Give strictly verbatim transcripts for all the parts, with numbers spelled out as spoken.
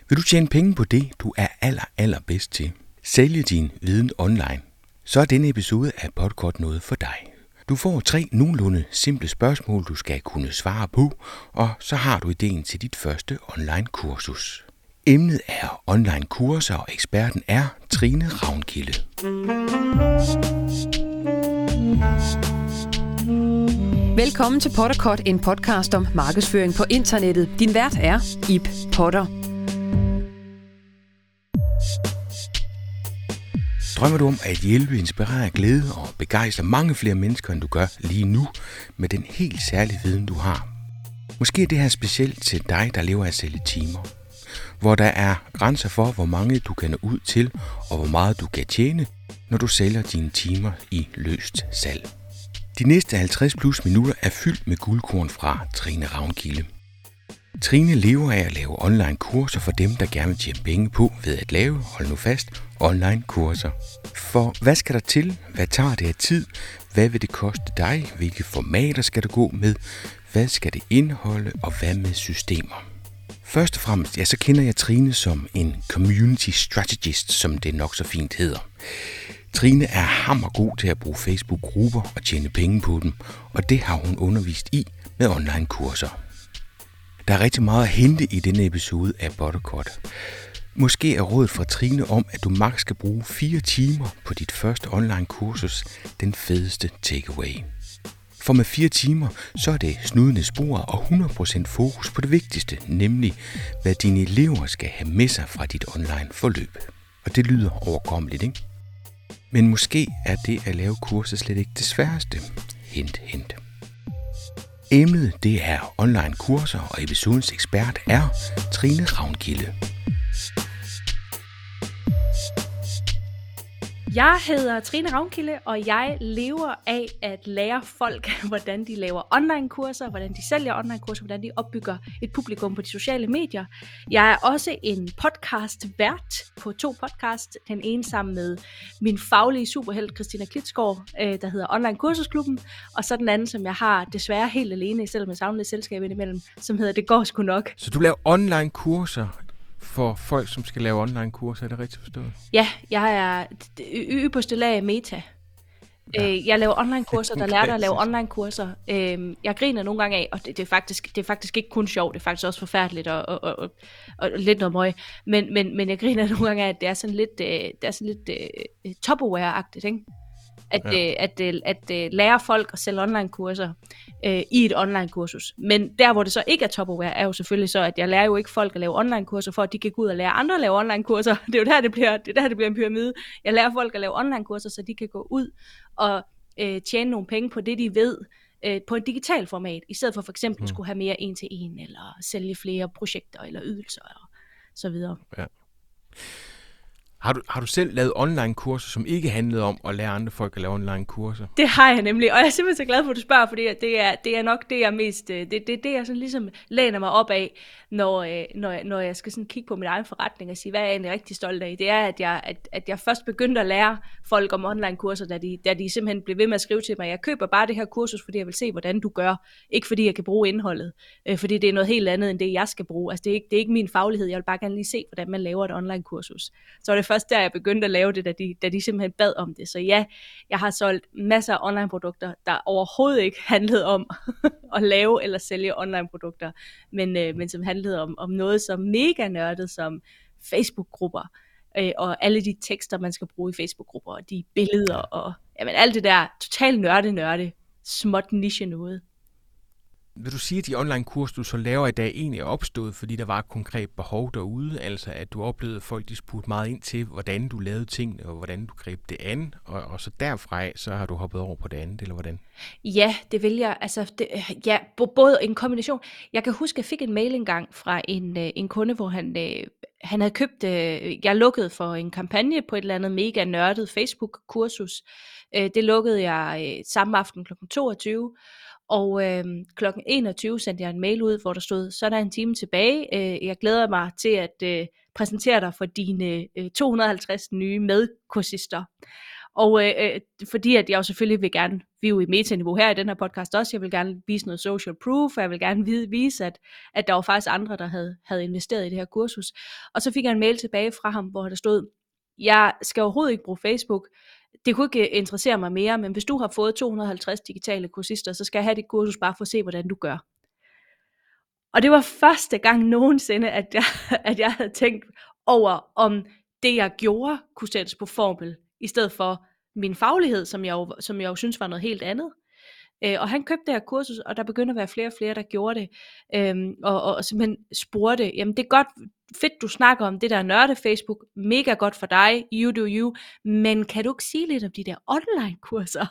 Vil du tjene penge på det, du er aller, allerbedst til? Sælge din viden online? Så er denne episode af Podcast noget for dig. Du får tre nogenlunde simple spørgsmål, du skal kunne svare på, og så har du ideen til dit første online kursus. Emnet er online kurser, og eksperten er Trine Ravnkilde. Velkommen til Potterkort, en podcast om markedsføring på internettet. Din vært er Ib Potter. Drømmer du om at hjælpe, inspirere, glæde og begejstre mange flere mennesker, end du gør lige nu, med den helt særlige viden, du har? Måske er det her specielt til dig, der lever af at sælge timer, hvor der er grænser for, hvor mange du kan nå ud til, og hvor meget du kan tjene, når du sælger dine timer i løst salg. De næste halvtreds plus minutter er fyldt med guldkorn fra Trine Ravnkilde. Trine lever af at lave online kurser for dem, der gerne vil tjene penge på ved at lave, hold nu fast, online kurser. For hvad skal der til? Hvad tager det af tid? Hvad vil det koste dig? Hvilke formater skal du gå med? Hvad skal det indeholde? Og hvad med systemer? Først og fremmest, ja, så kender jeg Trine som en community strategist, som det nok så fint hedder. Trine er hammergod til at bruge Facebook-grupper og tjene penge på dem, og det har hun undervist i med online-kurser. Der er rigtig meget at hente i denne episode af Potterkort. Måske er rådet fra Trine om, at du maks skal bruge fire timer på dit første online-kursus, den fedeste takeaway. For med fire timer, så er det snudende spor og hundrede procent fokus på det vigtigste, nemlig hvad dine elever skal have med sig fra dit online-forløb. Og det lyder overkommeligt, ikke? Men måske er det at lave kurser slet ikke det sværeste. Hint, hint. Emnet det er online kurser, og episodens ekspert er Trine Ravnkilde. Jeg hedder Trine Ravnkilde, og jeg lever af at lære folk, hvordan de laver online-kurser, hvordan de sælger online-kurser, hvordan de opbygger et publikum på de sociale medier. Jeg er også en podcast-vært på to podcasts. Den ene sammen med min faglige superhelt, Christina Klitsgaard, der hedder Online Kursusklubben, og så den anden, som jeg har desværre helt alene, selvom jeg savner lidt selskab indimellem, som hedder Det går sgu nok. Så du laver online-kurser for folk, som skal lave online-kurser, er det rigtigt forstået? Ja, jeg er ypperste lag af meta. Ja. Jeg laver online-kurser, der lærer dig at lave online-kurser. Jeg griner nogle gange af, og det, det, er faktisk, det er faktisk ikke kun sjovt, det er faktisk også forfærdeligt og, og, og, og, og lidt noget møg. Men, men, men jeg griner nogle gange af, at det er sådan lidt, det er sådan lidt uh, Tupperware-agtigt, ikke? At, ja. at, at, at, at lære folk at sælge online-kurser øh, i et online-kursus. Men der, hvor det så ikke er Tupperware, er jo selvfølgelig så, at jeg lærer jo ikke folk at lave online-kurser, for at de kan gå ud og lære andre at lave online-kurser. Det er jo der, det bliver, det er der, det bliver en pyramide. Jeg lærer folk at lave online-kurser, så de kan gå ud og øh, tjene nogle penge på det, de ved, øh, på et digitalt format, i stedet for for eksempel mm. skulle have mere en til en, eller sælge flere projekter, eller ydelser, og så videre. Ja. Har du, har du selv lavet online-kurser, som ikke handlede om at lære andre folk at lave online-kurser? Det har jeg nemlig, og jeg er simpelthen så glad for, at du spørger, fordi det er, det er nok det, jeg mest, det, det, det jeg sådan ligesom læner mig op af, når, når, jeg, når jeg skal sådan kigge på min egen forretning og sige, hvad er jeg egentlig rigtig stolt af. Det er, at jeg, at, at jeg først begyndte at lære folk om online-kurser, da de, da de simpelthen blev ved med at skrive til mig, jeg køber bare det her kursus, fordi jeg vil se, hvordan du gør, ikke fordi jeg kan bruge indholdet, øh, fordi det er noget helt andet, end det jeg skal bruge. Altså det er ikke, det er ikke min faglighed, jeg vil bare gerne lige se, hvordan man laver et online-kursus. Så var det først der, jeg begyndte at lave det, da de, da de simpelthen bad om det. Så ja, jeg har solgt masser af online-produkter, der overhovedet ikke handlede om at lave eller sælge online-produkter, men, øh, men som handlede om, om noget så mega nørdet som Facebook-grupper, øh, og alle de tekster, man skal bruge i Facebook-grupper, og de billeder, og jamen, alt det der totalt nørde-nørde, småt niche noget. Vil du sige, at de online-kurser, du så laver i dag, egentlig er opstået, fordi der var et konkret behov derude? Altså, at du oplevede, at folk de spurgte meget ind til, hvordan du lavede tingene, og hvordan du greb det an, og, og så derfra, så har du hoppet over på det andet, eller hvordan? Ja, det vil jeg. Altså, det, ja, både en kombination. Jeg kan huske, at jeg fik en mail engang fra en, en kunde, hvor han, han havde købt, jeg lukkede for en kampagne på et eller andet mega nørdet Facebook-kursus. Det lukkede jeg samme aften klokken toogtyve. Og øh, klokken enogtyve sendte jeg en mail ud, hvor der stod, så er der en time tilbage. Øh, jeg glæder mig til at øh, præsentere dig for dine øh, to hundrede og halvtreds nye medkursister. Og øh, fordi at jeg jo selvfølgelig vil gerne, vi er jo i metaniveau her i den her podcast også, jeg vil gerne vise noget social proof, og jeg vil gerne vide, vise, at, at der var faktisk andre, der havde, havde investeret i det her kursus. Og så fik jeg en mail tilbage fra ham, hvor der stod, jeg skal overhovedet ikke bruge Facebook, det kunne ikke interessere mig mere, men hvis du har fået to hundrede og halvtreds digitale kursister, så skal jeg have dit kursus bare for at se, hvordan du gør. Og det var første gang nogensinde, at jeg, at jeg havde tænkt over, om det jeg gjorde, kunne sættes på formel, i stedet for min faglighed, som jeg jo, som jeg jo synes var noget helt andet. Øh, og han købte det her kursus, og der begyndte at være flere og flere, der gjorde det, øhm, og, og, og simpelthen spurgte, jamen det er godt, fedt du snakker om det der nørde Facebook, mega godt for dig, you do you, men kan du ikke sige lidt om de der online kurser?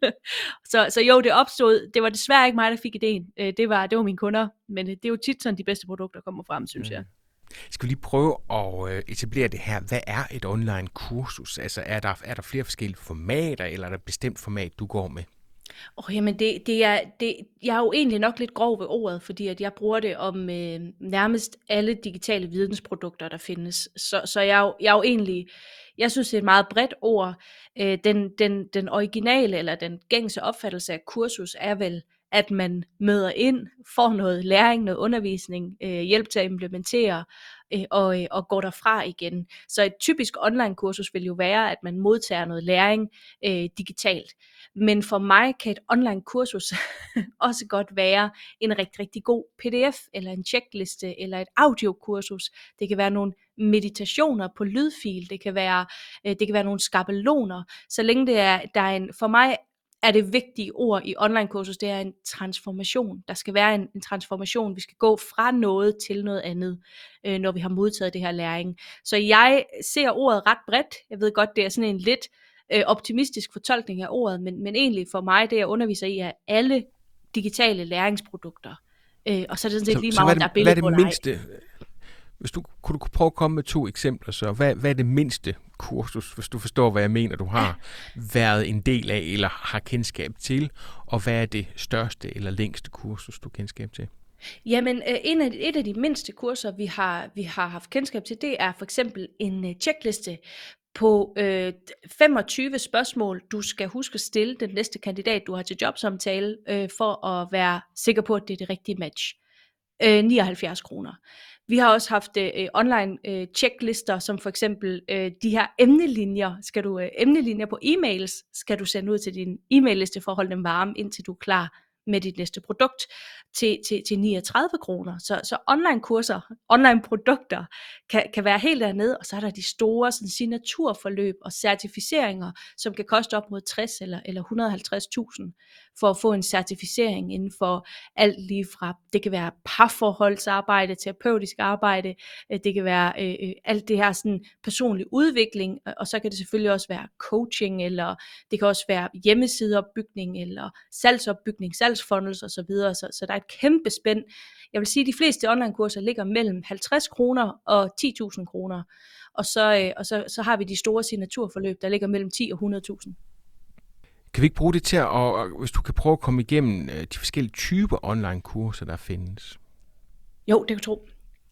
så, så jo, det opstod, det var desværre ikke mig, der fik idéen, øh, det, var, det var mine kunder, men det er jo tit sådan, de bedste produkter kommer frem, synes mm. jeg. Skal vi lige prøve at etablere det her? Hvad er et online kursus? Altså er der, er der flere forskellige formater, eller er der et bestemt format, du går med? Oh, jamen det, det er, det, jeg er jo egentlig nok lidt grov ved ordet, fordi at jeg bruger det om øh, nærmest alle digitale vidensprodukter, der findes. Så, så jeg, er jo, jeg er jo egentlig, jeg synes det er et meget bredt ord. Øh, den, den, den originale eller den gængse opfattelse af kursus er vel, at man møder ind, får noget læring, noget undervisning, øh, hjælp til at implementere, øh, og, øh, og går derfra igen. Så et typisk online kursus vil jo være, at man modtager noget læring øh, digitalt. Men for mig kan et online kursus også godt være en rigtig, rigtig god P D F, eller en checkliste, eller et audiokursus. Det kan være nogle meditationer på lydfil, det kan være, øh, det kan være nogle skabeloner. Så længe det er, der er en, for mig er det vigtige ord i online-kursus, det er en transformation. Der skal være en, en transformation. Vi skal gå fra noget til noget andet, øh, når vi har modtaget det her læring. Så jeg ser ordet ret bredt. Jeg ved godt, det er sådan en lidt øh, optimistisk fortolkning af ordet, men, men egentlig for mig, det jeg underviser i, er alle digitale læringsprodukter. Øh, og så er det sådan set lige meget, om der er billede på dig. Hvis du kunne du prøve at komme med to eksempler, så hvad, hvad er det mindste kursus, hvis du forstår, hvad jeg mener, du har været en del af eller har kendskab til, og hvad er det største eller længste kursus, du har kendskab til? Jamen, en af, et af de mindste kurser, vi har, vi har haft kendskab til, det er for eksempel en checkliste på øh, femogtyve spørgsmål, du skal huske at stille den næste kandidat, du har til jobsamtale, øh, for at være sikker på, at det er det rigtige match. Øh, nioghalvfjerds kroner. Vi har også haft øh, online øh, checklister, som for eksempel øh, de her emnelinjer, skal du øh, emnelinjer på e-mails, skal du sende ud til din e-mailliste for at holde dem varme, indtil du er klar med dit næste produkt til, til, til niogtredive kroner. Så, så online kurser, online produkter kan, kan være helt dernede, og så er der de store sådan, signaturforløb og certificeringer, som kan koste op mod tres eller, eller et hundrede og halvtreds tusind for at få en certificering inden for alt lige fra, det kan være parforholdsarbejde, terapeutisk arbejde, det kan være øh, alt det her sådan personlig udvikling, og så kan det selvfølgelig også være coaching, eller det kan også være hjemmesideopbygning, eller salgsopbygning, salgsfunnels og så videre, så, så der er et kæmpe spænd. Jeg vil sige, at de fleste online kurser ligger mellem halvtreds kroner og ti tusind kroner, og så, øh, og så, så har vi de store signaturforløb, der ligger mellem ti og hundrede tusind. Kan vi ikke bruge det til at, og hvis du kan prøve at komme igennem de forskellige typer online kurser, der findes? Jo, det kan du tro.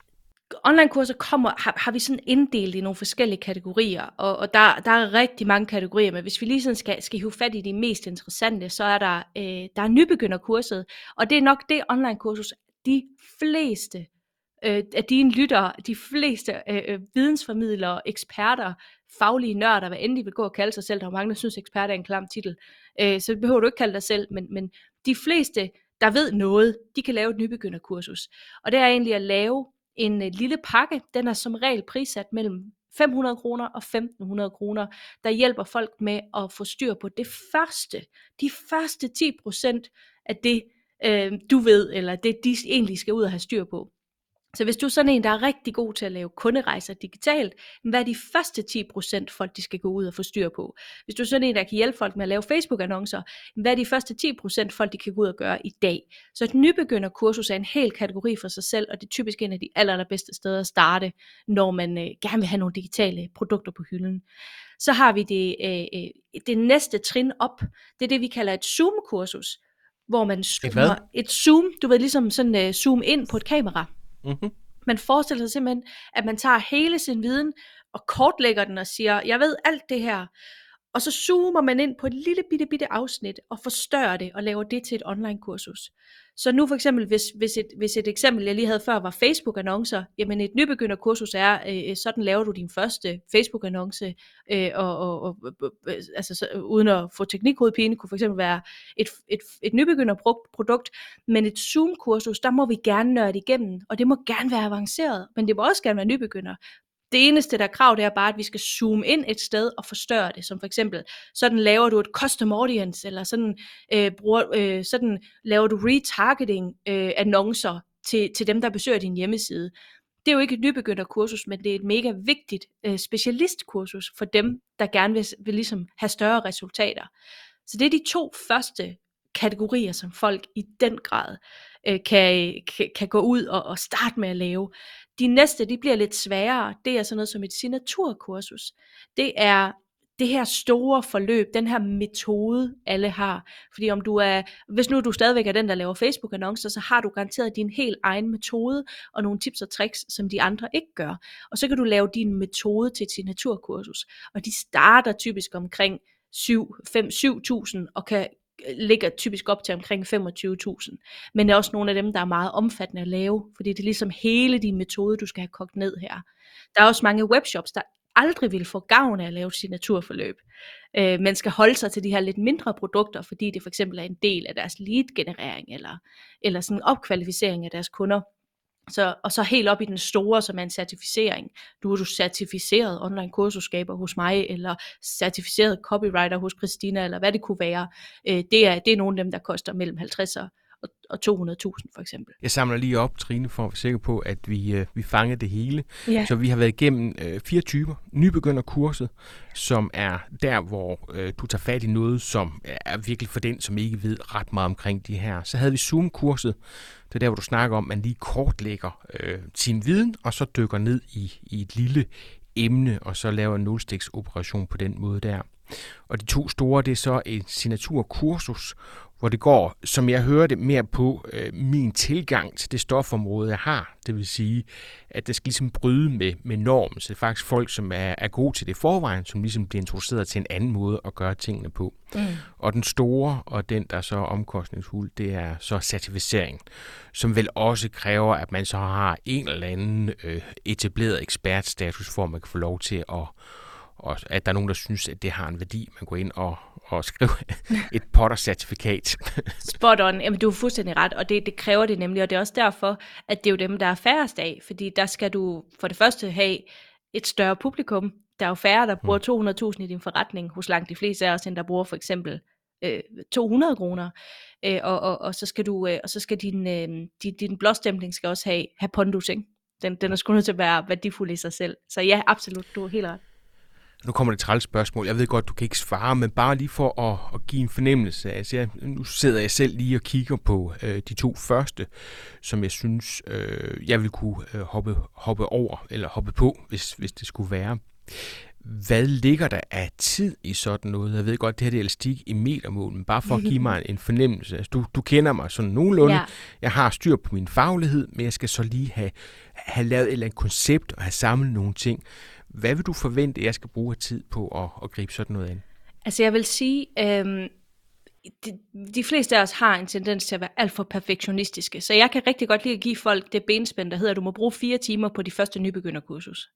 Online kurser kommer, har, har vi sådan inddelt i nogle forskellige kategorier, og, og der, der er rigtig mange kategorier, men hvis vi lige sådan skal, skal hive fat i de mest interessante, så er der, øh, der er nybegynderkurset, og det er nok det online kursus, de fleste øh, af dine lyttere, de fleste øh, vidensformidlere, eksperter, faglige nørder, hvad end de vil gå og kalde sig selv, der er mange, der synes, ekspert er en klam titel, øh, så behøver du ikke kalde dig selv, men, men de fleste, der ved noget, de kan lave et nybegynderkursus, og det er egentlig at lave en uh, lille pakke, den er som regel prissat mellem fem hundrede kroner og femten hundrede kroner, der hjælper folk med at få styr på det første, de første ti procent af det, øh, du ved, eller det de egentlig skal ud og have styr på. Så hvis du er sådan en, der er rigtig god til at lave kunderejser digitalt, hvad er de første ti procent folk, de skal gå ud og få styr på? Hvis du er sådan en, der kan hjælpe folk med at lave Facebook-annoncer, hvad er de første ti procent folk, de kan gå ud og gøre i dag? Så et nybegynderkursus er en hel kategori for sig selv, og det er typisk en af de aller, aller bedste steder at starte, når man øh, gerne vil have nogle digitale produkter på hylden. Så har vi det, øh, det næste trin op, det er det, vi kalder et Zoom-kursus, hvor man zoomer et, et Zoom, du ved ligesom sådan uh, zoom ind på et kamera. Mm-hmm. Man forestiller sig simpelthen, at man tager hele sin viden og kortlægger den og siger, jeg ved alt det her, Og så zoomer man ind på et lille bitte, bitte afsnit og forstørrer det og laver det til et online kursus. Så nu for eksempel, hvis, hvis, et, hvis et eksempel, jeg lige havde før, var Facebook-annoncer, jamen et nybegynderkursus er, øh, sådan laver du din første Facebook-annonce, øh, og, og, og, altså, så, uden at få teknikhovedpine, kunne for eksempel være et, et, et nybegynderprodukt, men et Zoom-kursus, der må vi gerne nørde igennem, og det må gerne være avanceret, men det må også gerne være nybegynder. Det eneste, der er krav, det er bare, at vi skal zoome ind et sted og forstørre det, som for eksempel, sådan laver du et custom audience, eller sådan, øh, bruger, øh, sådan laver du retargeting øh, annoncer til, til dem, der besøger din hjemmeside. Det er jo ikke et nybegynderkursus, men det er et mega vigtigt øh, specialistkursus for dem, der gerne vil, vil ligesom have større resultater. Så det er de to første kategorier, som folk i den grad øh, kan, kan, kan gå ud og, og starte med at lave. De næste, de bliver lidt sværere. Det er sådan noget som et signaturkursus. Det er det her store forløb, den her metode, alle har. Fordi om du er, hvis nu du stadigvæk er den, der laver Facebook-annoncer, så har du garanteret din helt egen metode, og nogle tips og tricks, som de andre ikke gør. Og så kan du lave din metode til et signaturkursus. Og de starter typisk omkring syv tusind og kan ligger typisk op til omkring femogtyve tusind. Men det er også nogle af dem, der er meget omfattende at lave, fordi det er ligesom hele din metode, du skal have kogt ned her. Der er også mange webshops, der aldrig vil få gavn af at lave et signaturforløb. Øh, man skal holde sig til de her lidt mindre produkter, fordi det for eksempel er en del af deres lead-generering, eller, eller sådan en opkvalificering af deres kunder. Så, og så helt op i den store, som er en certificering. Du er du certificeret online kursusskaber hos mig, eller certificeret copywriter hos Christina, eller hvad det kunne være. Øh, det, er, det er nogle af dem, der koster mellem halvtreds og to hundrede tusind for eksempel. Jeg samler lige op, Trine, for at være sikker på, at vi, øh, vi fanger det hele. Ja. Så vi har været igennem øh, fire typer. Nybegynderkurset, som er der, hvor øh, du tager fat i noget, som er virkelig for den, som ikke ved ret meget omkring de her. Så havde vi Zoom-kurset. Det er der, hvor du snakker om, at man lige kortlægger øh, sin viden, og så dykker ned i, i et lille emne, og så laver en nulstiksoperation på den måde der. Og de to store, det er så et signaturkursus, hvor det går, som jeg hører det, mere på øh, min tilgang til det stofområde, jeg har. Det vil sige, at det skal ligesom bryde med, med normen. Så det er faktisk folk, som er, er gode til det forvejen, som ligesom bliver introduceret til en anden måde at gøre tingene på. Mm. Og den store, og den, der er så omkostningsfuld, det er så certificering, som vel også kræver, at man så har en eller anden øh, etableret ekspertstatus, for at man kan få lov til at og at der er nogen, der synes, at det har en værdi. Man går ind og, og skriver et Potter-certifikat. Spot on. Jamen, du er fuldstændig ret, og det, det kræver det nemlig, og det er også derfor, at det er jo dem, der er færrest af, fordi der skal du for det første have et større publikum. Der er jo færre, der bruger to hundrede tusind i din forretning, hos langt de fleste af os, end der bruger for eksempel øh, to hundrede kroner. Øh, og, og, og så skal du, øh, og så skal din, øh, din, din blåstempling skal også have, have pondus, ikke? Den, den er sgu nødt til at være værdifuld i sig selv. Så ja, absolut, du er helt ret. Nu kommer det træls spørgsmål. Jeg ved godt, du kan ikke svare, men bare lige for at, at give en fornemmelse. Altså, jeg, nu sidder jeg selv lige og kigger på øh, de to første, som jeg synes, øh, jeg vil kunne øh, hoppe, hoppe over, eller hoppe på, hvis, hvis det skulle være. Hvad ligger der af tid i sådan noget? Jeg ved godt, det her det er elastik i metermål, men bare for at give mig en fornemmelse. Altså, du, du kender mig sådan nogenlunde. Ja. Jeg har styr på min faglighed, men jeg skal så lige have, have lavet et eller andet koncept og have samlet nogle ting. Hvad vil du forvente, at jeg skal bruge tid på at, at gribe sådan noget an? Altså jeg vil sige, øhm, de, de fleste af os har en tendens til at være alt for perfektionistiske. Så jeg kan rigtig godt lide at give folk det benspænd, der hedder, at du må bruge fire timer på de første nybegynderkursus.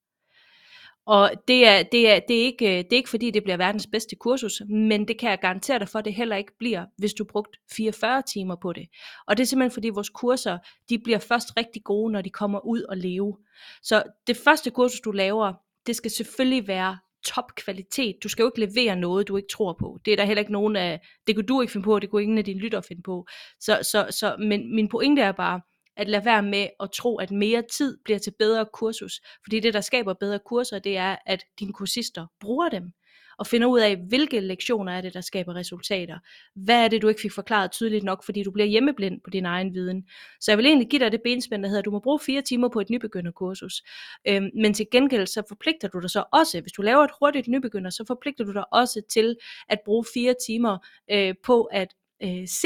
Og det er, det, er, det, er ikke, det er ikke fordi, det bliver verdens bedste kursus, men det kan jeg garantere dig for, at det heller ikke bliver, hvis du brugt fireogfyrre timer på det. Og det er simpelthen fordi, vores kurser, de bliver først rigtig gode, når de kommer ud og leve. Så det første kursus, du laver, det skal selvfølgelig være top kvalitet. Du skal jo ikke levere noget, du ikke tror på. Det er der heller ikke nogen af, det kunne du ikke finde på, det kunne ingen af dine lyttere finde på. Så, så, så, men min pointe er bare, at lade være med at tro, at mere tid bliver til bedre kursus. Fordi det, der skaber bedre kurser, det er, at dine kursister bruger dem, og finder ud af, hvilke lektioner er det, der skaber resultater. Hvad er det, du ikke fik forklaret tydeligt nok, fordi du bliver hjemmeblind på din egen viden. Så jeg vil egentlig give dig det benspænd, der hedder, du må bruge fire timer på et nybegynderkursus. Øhm, men til gengæld, så forpligter du dig så også, hvis du laver et hurtigt nybegynder, så forpligter du dig også til at bruge fire timer øh, på at øh, se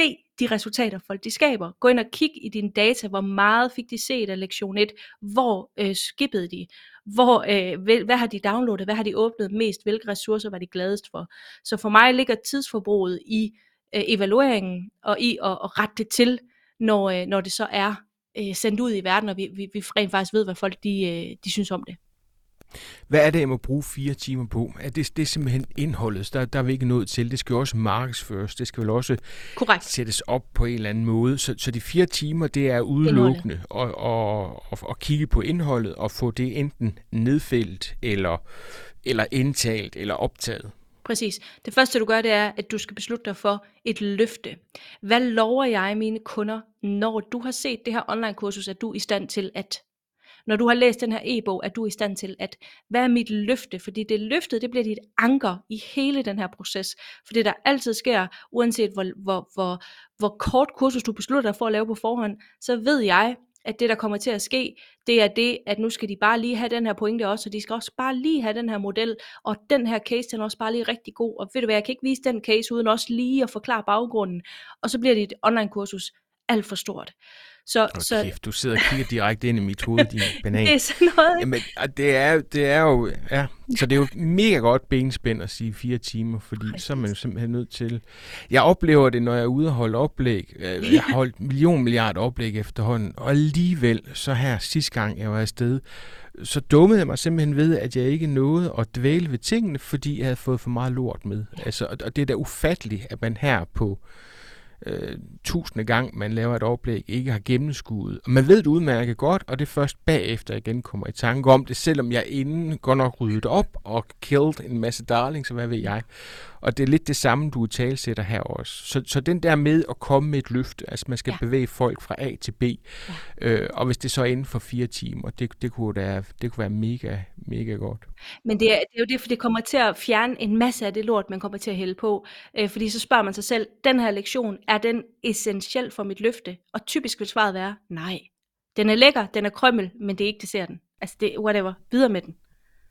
de resultater, folk de skaber. Gå ind og kig i dine data, hvor meget fik de set af lektion et, hvor øh, skippede de, hvor, øh, hvad har de downloadet, hvad har de åbnet mest, hvilke ressourcer var de gladest for. Så for mig ligger tidsforbruget i øh, evalueringen, og i at, at rette det til, når, øh, når det så er øh, sendt ud i verden, og vi, vi, vi rent faktisk ved, hvad folk de, øh, de synes om det. Hvad er det, jeg må bruge fire timer på? Er det, det er simpelthen indholdet, der, der er vi ikke nået til. Det skal jo også markedsføres, det skal vel også Korrekt. sættes op på en eller anden måde. Så, så de fire timer, det er udelukkende at og, og, og kigge på indholdet og få det enten nedfældet, eller, eller indtalt, eller optaget. Præcis. Det første, du gør, det er, at du skal beslutte dig for et løfte. Hvad lover jeg mine kunder, når du har set det her online-kursus, at du er i stand til at... Når du har læst den her e-bog, er du i stand til at, hvad er mit løfte? Fordi det løftet, det bliver dit anker i hele den her proces. For det der altid sker, uanset hvor, hvor, hvor, hvor kort kursus du beslutter dig for at lave på forhånd, så ved jeg, at det der kommer til at ske, det er det, at nu skal de bare lige have den her pointe også, og de skal også bare lige have den her model, og den her case, den er også bare lige rigtig god, og ved du hvad, jeg kan ikke vise den case, uden også lige at forklare baggrunden, og så bliver dit online-kursus alt for stort. Så, oh, så kæft, du sidder og kigger direkte ind i mit hoved, din banan. Det er sådan noget. Jamen, det er, det er jo, ja, så det er jo mega godt benspænd at sige fire timer, fordi Præcis. Så er man jo simpelthen nødt til. Jeg oplever det, når jeg er ude og holde oplæg. Jeg har holdt million milliard oplæg efterhånden, og alligevel, så her sidste gang jeg var afsted, så dummede jeg mig simpelthen ved, at jeg ikke nåede at dvæle ved tingene, fordi jeg havde fået for meget lort med. Altså, og det er da ufatteligt, at man her på Øh, tusinde gang, man laver et oplæg, ikke har gennemskuet. Og man ved det udmærket godt, og det er først bagefter, jeg igen kommer i tanke om det, selvom jeg inden godt nok ryddet op og killed en masse darlings, så hvad ved jeg. Og det er lidt det samme, du talsætter her også. Så, så den der med at komme med et løfte, altså man skal ja. bevæge folk fra A til B, ja. øh, og hvis det så er inden for fire timer, det, det, kunne, da, det kunne være mega, mega godt. Men det er, det er jo det, for det kommer til at fjerne en masse af det lort, man kommer til at hælde på, øh, fordi så spørger man sig selv, den her lektion, er den essentiel for mit løfte? Og typisk vil svaret være, nej. Den er lækker, den er krømmel, men det er ikke desserten. Altså det whatever, videre med den.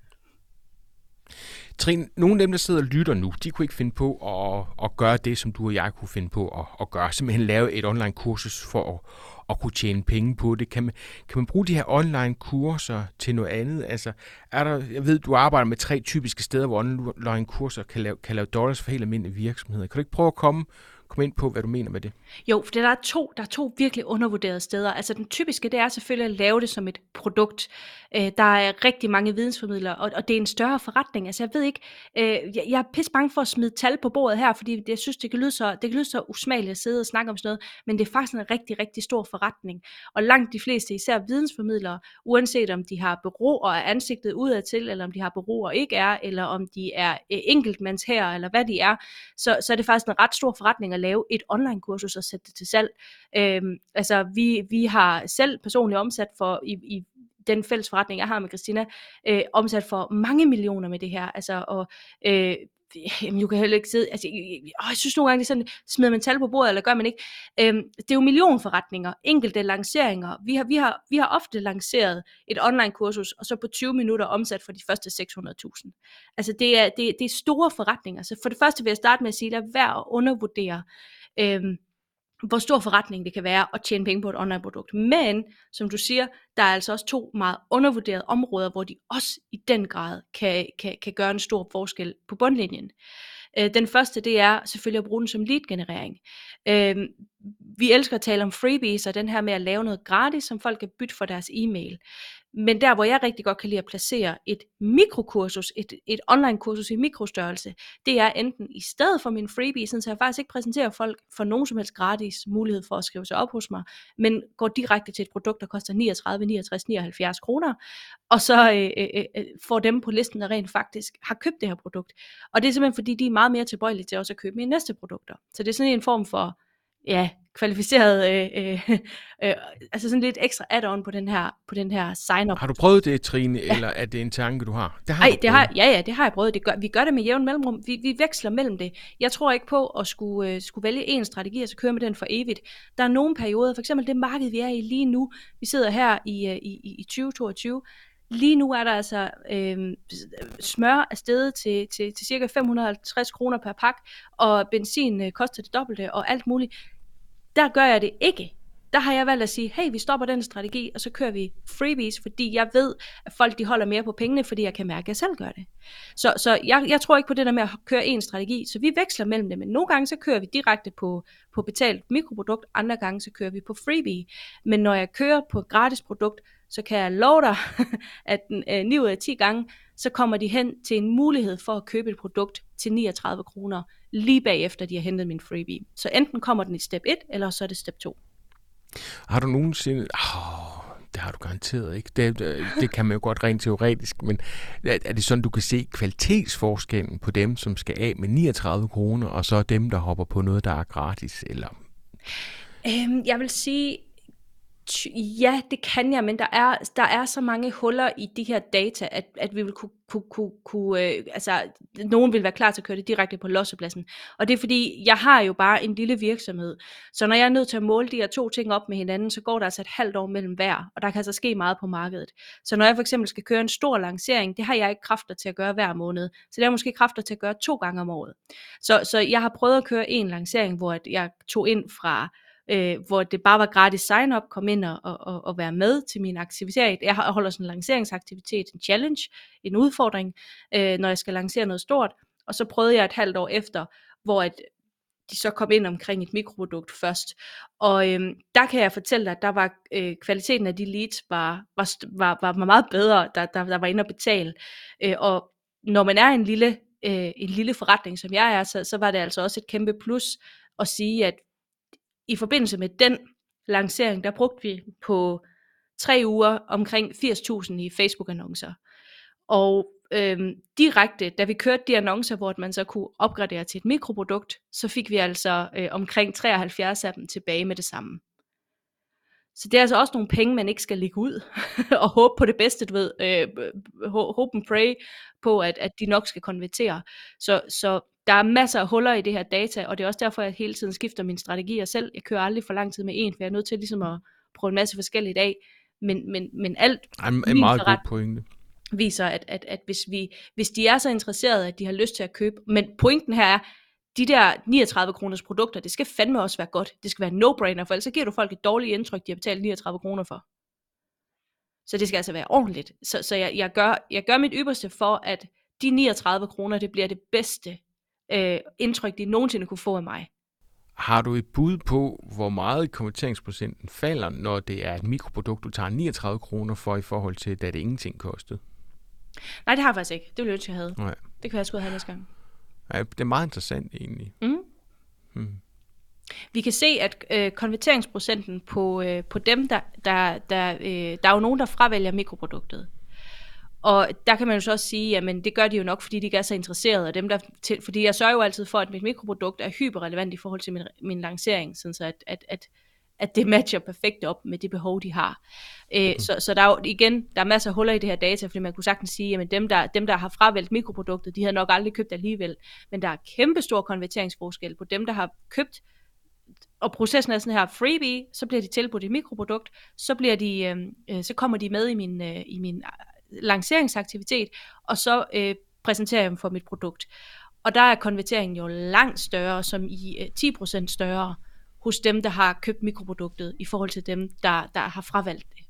Trine, nogle af dem, der sidder og lytter nu, de kunne ikke finde på at, at gøre det, som du og jeg kunne finde på at, at gøre. Simpelthen lave et online kursus for at, at kunne tjene penge på det. Kan man, kan man bruge de her online kurser til noget andet? Altså, er der, jeg ved, du arbejder med tre typiske steder, hvor online kurser kan lave, kan lave dollars for helt almindelige virksomheder. Kan du ikke prøve at komme Kom ind på, hvad du mener med det. Jo, for der er to, der er to virkelig undervurderede steder. Altså den typiske, det er selvfølgelig at lave det som et produkt. Øh, der er rigtig mange vidensformidlere, og, og det er en større forretning. Altså jeg ved ikke, øh, jeg, jeg er pisse bange for at smide tal på bordet her, fordi det, jeg synes, det kan lyde så, det kan lyde så usmageligt at sidde og snakke om sådan noget, men det er faktisk en rigtig, rigtig stor forretning. Og langt de fleste, især vidensformidlere, uanset om de har bureau og er ansigtet udadtil, eller om de har bureau og ikke er, eller om de er enkeltmandsherrer, eller hvad de er, så, så er det faktisk en ret stor forretning at lave et online-kursus og sætte det til salg. Øhm, altså, vi, vi har selv personligt omsat for, i, i den fælles forretning, jeg har med Christina, øh, omsat for mange millioner med det her. Altså, og øh, jamen, du kan heller ikke sidde, altså, jeg, jeg, jeg synes nogle gange, det er sådan, smider man tal på bordet, eller gør man ikke. Øhm, det er jo millionforretninger, enkelte lanceringer. Vi har, vi har, vi har ofte lanceret et online-kursus, og så på tyve minutter omsat for de første seks hundrede tusind. Altså, det er, det, det er store forretninger. Så for det første vil jeg starte med at sige, lad være at undervurdere, øhm, hvor stor forretning det kan være at tjene penge på et online-produkt. Men, som du siger, der er altså også to meget undervurderede områder, hvor de også i den grad kan, kan, kan gøre en stor forskel på bundlinjen. Den første, det er selvfølgelig at bruge den som lead-generering. Vi elsker at tale om freebies, og den her med at lave noget gratis, som folk kan bytte for deres e-mail. Men der, hvor jeg rigtig godt kan lide at placere et mikrokursus, et, et online-kursus i mikrostørrelse, det er enten i stedet for min freebie, så jeg faktisk ikke præsenterer folk for nogen som helst gratis mulighed for at skrive sig op hos mig, men går direkte til et produkt, der koster niogtredive, niogtres, nioghalvfjerds kroner, og så øh, øh, får dem på listen, der rent faktisk har købt det her produkt. Og det er simpelthen fordi, de er meget mere tilbøjelige til også at købe mine næste produkter. Så det er sådan en form for, ja, kvalificeret, øh, øh, øh, altså sådan lidt ekstra add-on på den her, på den her sign-up. Har du prøvet det, Trine, ja. Eller er det en tanke, du har? Det har Ej, det har, ja, ja, det har jeg prøvet. Det gør, vi gør det med jævn mellemrum. Vi, vi veksler mellem det. Jeg tror ikke på at skulle, øh, skulle vælge en strategi, og så køre med den for evigt. Der er nogle perioder, for eksempel det marked, vi er i lige nu. Vi sidder her i, øh, i, i tyve toogtyve. Lige nu er der altså øh, smør afsted til, til, til cirka fem hundrede og halvtreds kroner per pakke, og benzin øh, koster det dobbelte, og alt muligt. Der gør jeg det ikke. Der har jeg valgt at sige, hey, vi stopper den strategi, og så kører vi freebies, fordi jeg ved, at folk de holder mere på pengene, fordi jeg kan mærke, at jeg selv gør det. Så, så jeg, jeg tror ikke på det der med at køre en strategi, så vi veksler mellem det, men nogle gange så kører vi direkte på, på betalt mikroprodukt, andre gange så kører vi på freebie. Men når jeg kører på et gratis produkt, så kan jeg love dig, at øh, ni ud af ti gange, så kommer de hen til en mulighed for at købe et produkt til niogtredive kroner, lige bagefter de har hentet min freebie. Så enten kommer den i step et, eller så er det step to. Har du nogensinde... Oh, det har du garanteret ikke. Det, det, det kan man jo godt rent teoretisk, men er det sådan, du kan se kvalitetsforskellen på dem, som skal af med niogtredive kroner, og så dem, der hopper på noget, der er gratis? Eller? Øhm, jeg vil sige... Ja, det kan jeg, men der er, der er så mange huller i de her data, at, at vi vil kunne, kunne, kunne, kunne øh, altså, nogen vil være klar til at køre det direkte på lossepladsen. Og det er fordi, jeg har jo bare en lille virksomhed, så når jeg er nødt til at måle de her to ting op med hinanden, så går der altså et halvt år mellem hver, og der kan altså ske meget på markedet. Så når jeg for eksempel skal køre en stor lancering, det har jeg ikke kræfter til at gøre hver måned, så det har jeg måske kræfter til at gøre to gange om året. Så, så jeg har prøvet at køre en lancering, hvor jeg tog ind fra Øh, hvor det bare var gratis sign-up, kom ind og, og, og være med til min aktivitet. Jeg holder sådan en lanceringsaktivitet, en challenge, en udfordring, øh, når jeg skal lancere noget stort, og så prøvede jeg et halvt år efter, hvor at de så kom ind omkring et mikroprodukt først. Og øh, der kan jeg fortælle dig, at der var øh, kvaliteten af de leads var, var, var, var meget bedre, der, der, der var inde og betale. Øh, og når man er en lille, øh, en lille forretning, som jeg er, så, så var det altså også et kæmpe plus at sige, at i forbindelse med den lancering, der brugte vi på tre uger omkring firs tusind i Facebook-annoncer. Og øhm, direkte, da vi kørte de annoncer, hvor man så kunne opgradere til et mikroprodukt, så fik vi altså øh, omkring treoghalvfjerds af dem tilbage med det samme. Så det er altså også nogle penge, man ikke skal lægge ud og håbe på det bedste, du ved, øh, håbe and pray på, at, at de nok skal konvertere. Så, så der er masser af huller i det her data, og det er også derfor, at jeg hele tiden skifter mine strategier selv. Jeg kører aldrig for lang tid med en, for jeg er nødt til ligesom at prøve en masse forskelligt af. Men, men, men alt en, en meget god pointe viser, at, at, at hvis, vi, hvis de er så interesserede, at de har lyst til at købe, men pointen her er, de der niogtredive kroners produkter, det skal fandme også være godt. Det skal være no-brainer, for ellers så giver du folk et dårligt indtryk, de har betalt niogtredive kroner for. Så det skal altså være ordentligt. Så, så jeg, jeg, gør, jeg gør mit ypperste for, at de niogtredive kroner, det bliver det bedste øh, indtryk, de nogensinde kunne få af mig. Har du et bud på, hvor meget konverteringsprocenten falder, når det er et mikroprodukt, du tager niogtredive kroner for, i forhold til, da det ingenting kostede? Nej, det har jeg faktisk ikke. Det ville jeg ønske, jeg havde. Nej. Det kan jeg sgu have næste gang. Ja, det er meget interessant egentlig. Mm. Hmm. Vi kan se, at øh, konverteringsprocenten på, øh, på dem, der, der, der, øh, der er jo nogen, der fravælger mikroproduktet. Og der kan man jo så også sige, jamen det gør de jo nok, fordi de ikke er så interesserede af dem, der til, fordi jeg sørger jo altid for, at mit mikroprodukt er hyperrelevant i forhold til min, min lancering, sådan så at, at, at, at det matcher perfekt op med det behov, de har. Øh, mm. så, så der er jo igen, der er masser af huller i det her data, fordi man kunne sagtens sige, jamen dem der, dem, der har fravalgt mikroproduktet, de havde nok aldrig købt alligevel, men der er kæmpe stor konverteringsforskel på dem, der har købt, og processen er sådan her, freebie, så bliver de tilbudt et mikroprodukt, så, bliver de, øh, så kommer de med i min, øh, i min lanceringsaktivitet, og så øh, præsenterer jeg dem for mit produkt. Og der er konverteringen jo langt større, som i øh, ti procent større, hos dem, der har købt mikroproduktet, i forhold til dem, der, der har fravalgt det.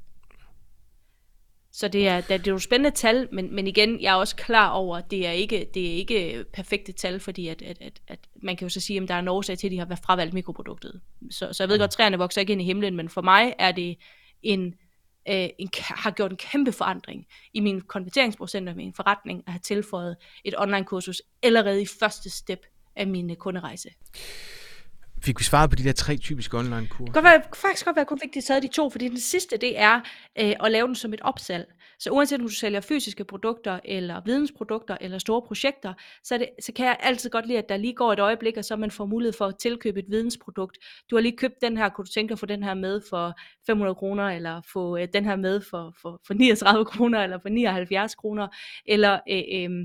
Så det er, det er jo spændende tal, men, men igen, jeg er også klar over, at det er ikke, det er ikke perfekte tal, fordi at, at, at, at man kan jo så sige, at der er en årsag til, at de har fravalgt mikroproduktet. Så, så jeg ved godt, at træerne vokser ikke ind i himlen, men for mig er det en Øh, en, har gjort en kæmpe forandring i min konverteringsprocent af min forretning at have tilføjet et online-kursus allerede i første step af min kunderejse. Fik vi svaret på de der tre typiske online-kurser? Det kan faktisk godt være, at jeg kun fik de taget de to, fordi den sidste, det er øh, at lave den som et opsalg. Så uanset om du sælger fysiske produkter, eller vidensprodukter, eller store projekter, så, er det, så kan jeg altid godt lide, at der lige går et øjeblik, og så man får mulighed for at tilkøbe et vidensprodukt. Du har lige købt den her, kunne du tænke dig at få den her med for fem hundrede kroner, eller få øh, den her med for, for, for niogtredive kroner, eller for nioghalvfjerds kroner, eller... Øh, øh,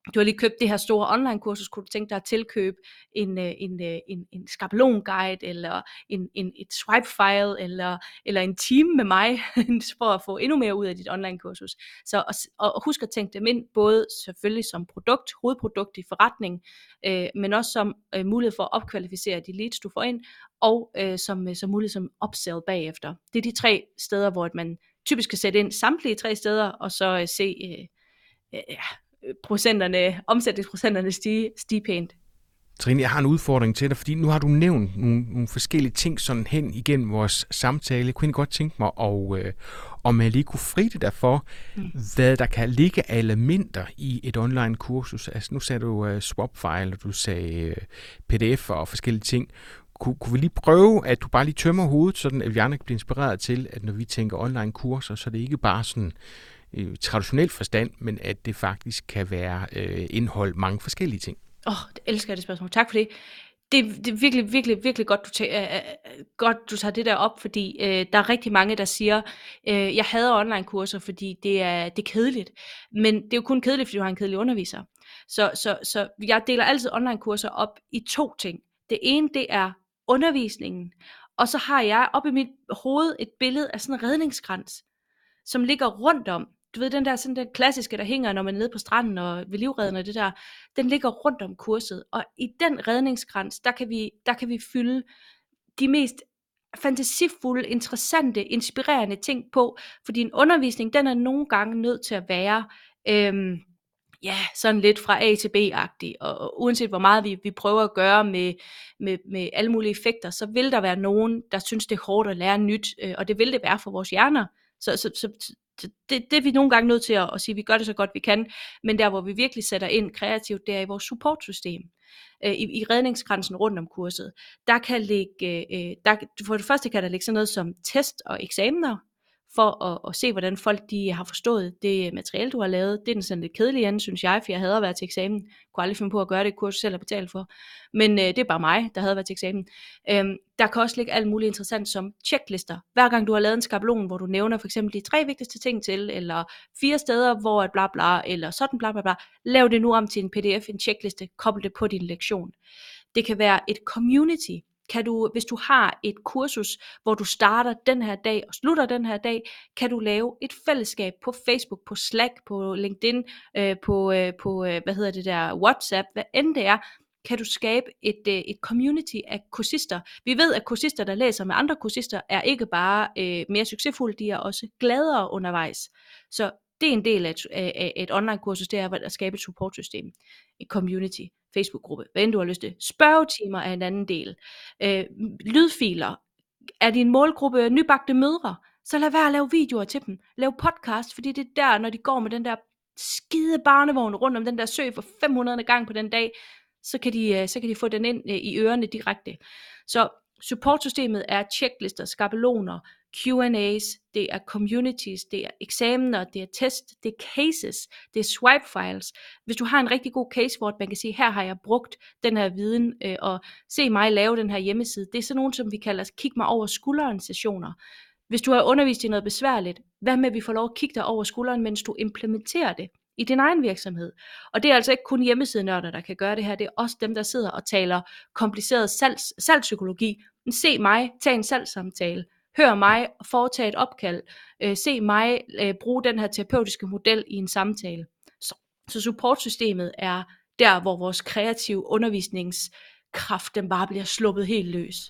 du har lige købt det her store online-kursus, kunne du tænke dig at tilkøbe en, en, en, en skabelonguide, eller en, en, et swipe-file, eller, eller en team med mig, for at få endnu mere ud af dit online-kursus. Så og, og husk at tænke dem ind, både selvfølgelig som produkt, hovedprodukt i forretning, øh, men også som øh, mulighed for at opkvalificere de leads, du får ind, og øh, som, som mulighed som upsell bagefter. Det er de tre steder, hvor man typisk kan sætte ind samtlige tre steder, og så øh, se øh, øh, procenterne, omsætningsprocenterne stige, stige pænt. Trine, jeg har en udfordring til dig, fordi nu har du nævnt nogle, nogle forskellige ting sådan hen igennem vores samtale. Jeg kunne godt tænke mig, og, øh, om jeg lige kunne frite dig for, mm. hvad der kan ligge af elementer i et online-kursus. Altså nu sagde du uh, swap-file, og du sagde uh, P D F'er og forskellige ting. Kun, kunne vi lige prøve, at du bare lige tømmer hovedet, sådan at vi andre kan blive inspireret til, at når vi tænker online-kurser, så er det ikke bare sådan i traditionel forstand, men at det faktisk kan være øh, indhold mange forskellige ting. Åh, oh, det elsker jeg det spørgsmål. Tak for det. Det, det er virkelig, virkelig, virkelig godt, du, tager, uh, godt, du tager det der op, fordi uh, der er rigtig mange, der siger, uh, jeg hader online-kurser, fordi det er, det er kedeligt. Men det er jo kun kedeligt, fordi du har en kedelig underviser. Så, så, så jeg deler altid online-kurser op i to ting. Det ene, det er undervisningen, og så har jeg op i mit hoved et billede af sådan en redningskrans, som ligger rundt om. Du ved, den der, sådan den klassiske, der hænger, når man er nede på stranden og ved livredderne, det der, den ligger rundt om kurset. Og i den redningskrans, der kan vi, der kan vi fylde de mest fantasifulde, interessante, inspirerende ting på. Fordi en undervisning, den er nogle gange nødt til at være, øhm, ja, sådan lidt fra A til B-agtig. Og, og uanset hvor meget vi, vi prøver at gøre med, med, med alle mulige effekter, så vil der være nogen, der synes, det er hårdt at lære nyt. Øh, og det vil det være for vores hjerner. Så, så, så det, det er vi nogle gange nødt til at, at sige, at vi gør det så godt vi kan, men der hvor vi virkelig sætter ind kreativt, det er i vores supportsystem, øh, i, i redningskransen rundt om kurset. Der kan ligge, øh, der, for det første kan der ligge sådan noget som test og eksamener, for at, at se hvordan folk de har forstået det materiale du har lavet. Det er den sådan lidt kedelige ende, synes jeg, for jeg hader at være til eksamen. Jeg kunne aldrig finde på at gøre det kurs selv og betale for, men øh, det er bare mig, der havde været til eksamen. Øhm, der kan også ligge alt muligt interessant som checklister. Hver gang du har lavet en skabelon, hvor du nævner for eksempel de tre vigtigste ting til, eller fire steder, hvor et bla bla, eller sådan bla bla bla, lav det nu om til en pdf, en checkliste, kobl det på din lektion. Det kan være et community. Kan du, hvis du har et kursus, hvor du starter den her dag og slutter den her dag, kan du lave et fællesskab på Facebook, på Slack, på LinkedIn, øh, på, øh, på øh, hvad hedder det der, WhatsApp, hvad end det er, kan du skabe et, øh, et community af kursister. Vi ved, at kursister, der læser med andre kursister, er ikke bare øh, mere succesfulde, de er også gladere undervejs. Så det er en del af et, af et online-kursus, det er at skabe et supportsystem, et community, Facebook-gruppe, hvad end du har lyst til. Spørgetimer er en anden del. Øh, lydfiler. Er din målgruppe nybagte mødre, så lad være at lave videoer til dem. Lav podcast, fordi det er der, når de går med den der skide barnevogn rundt om den der sø for fem hundrede gang på den dag, så kan de, så kan de få den ind i ørerne direkte. Så supportsystemet er checklister, skabeloner, Q and A's, det er communities, det er eksamener, det er test, det er cases, det er swipe files. Hvis du har en rigtig god case, hvor man kan sige, her har jeg brugt den her viden, øh, og se mig lave den her hjemmeside, det er sådan nogle, som vi kalder kig mig over skulderen sessioner. Hvis du har undervist i noget besværligt, hvad med at vi får lov at kigge dig over skulderen, mens du implementerer det i din egen virksomhed. Og det er altså ikke kun hjemmesidenørder, der kan gøre det her, det er også dem, der sidder og taler kompliceret salgs, salgspsykologi. Se mig tage en salgssamtale, hør mig foretage et opkald, øh, se mig øh, bruge den her terapeutiske model i en samtale. Så, så supportsystemet er der, hvor vores kreative undervisningskraft, den bare bliver sluppet helt løs.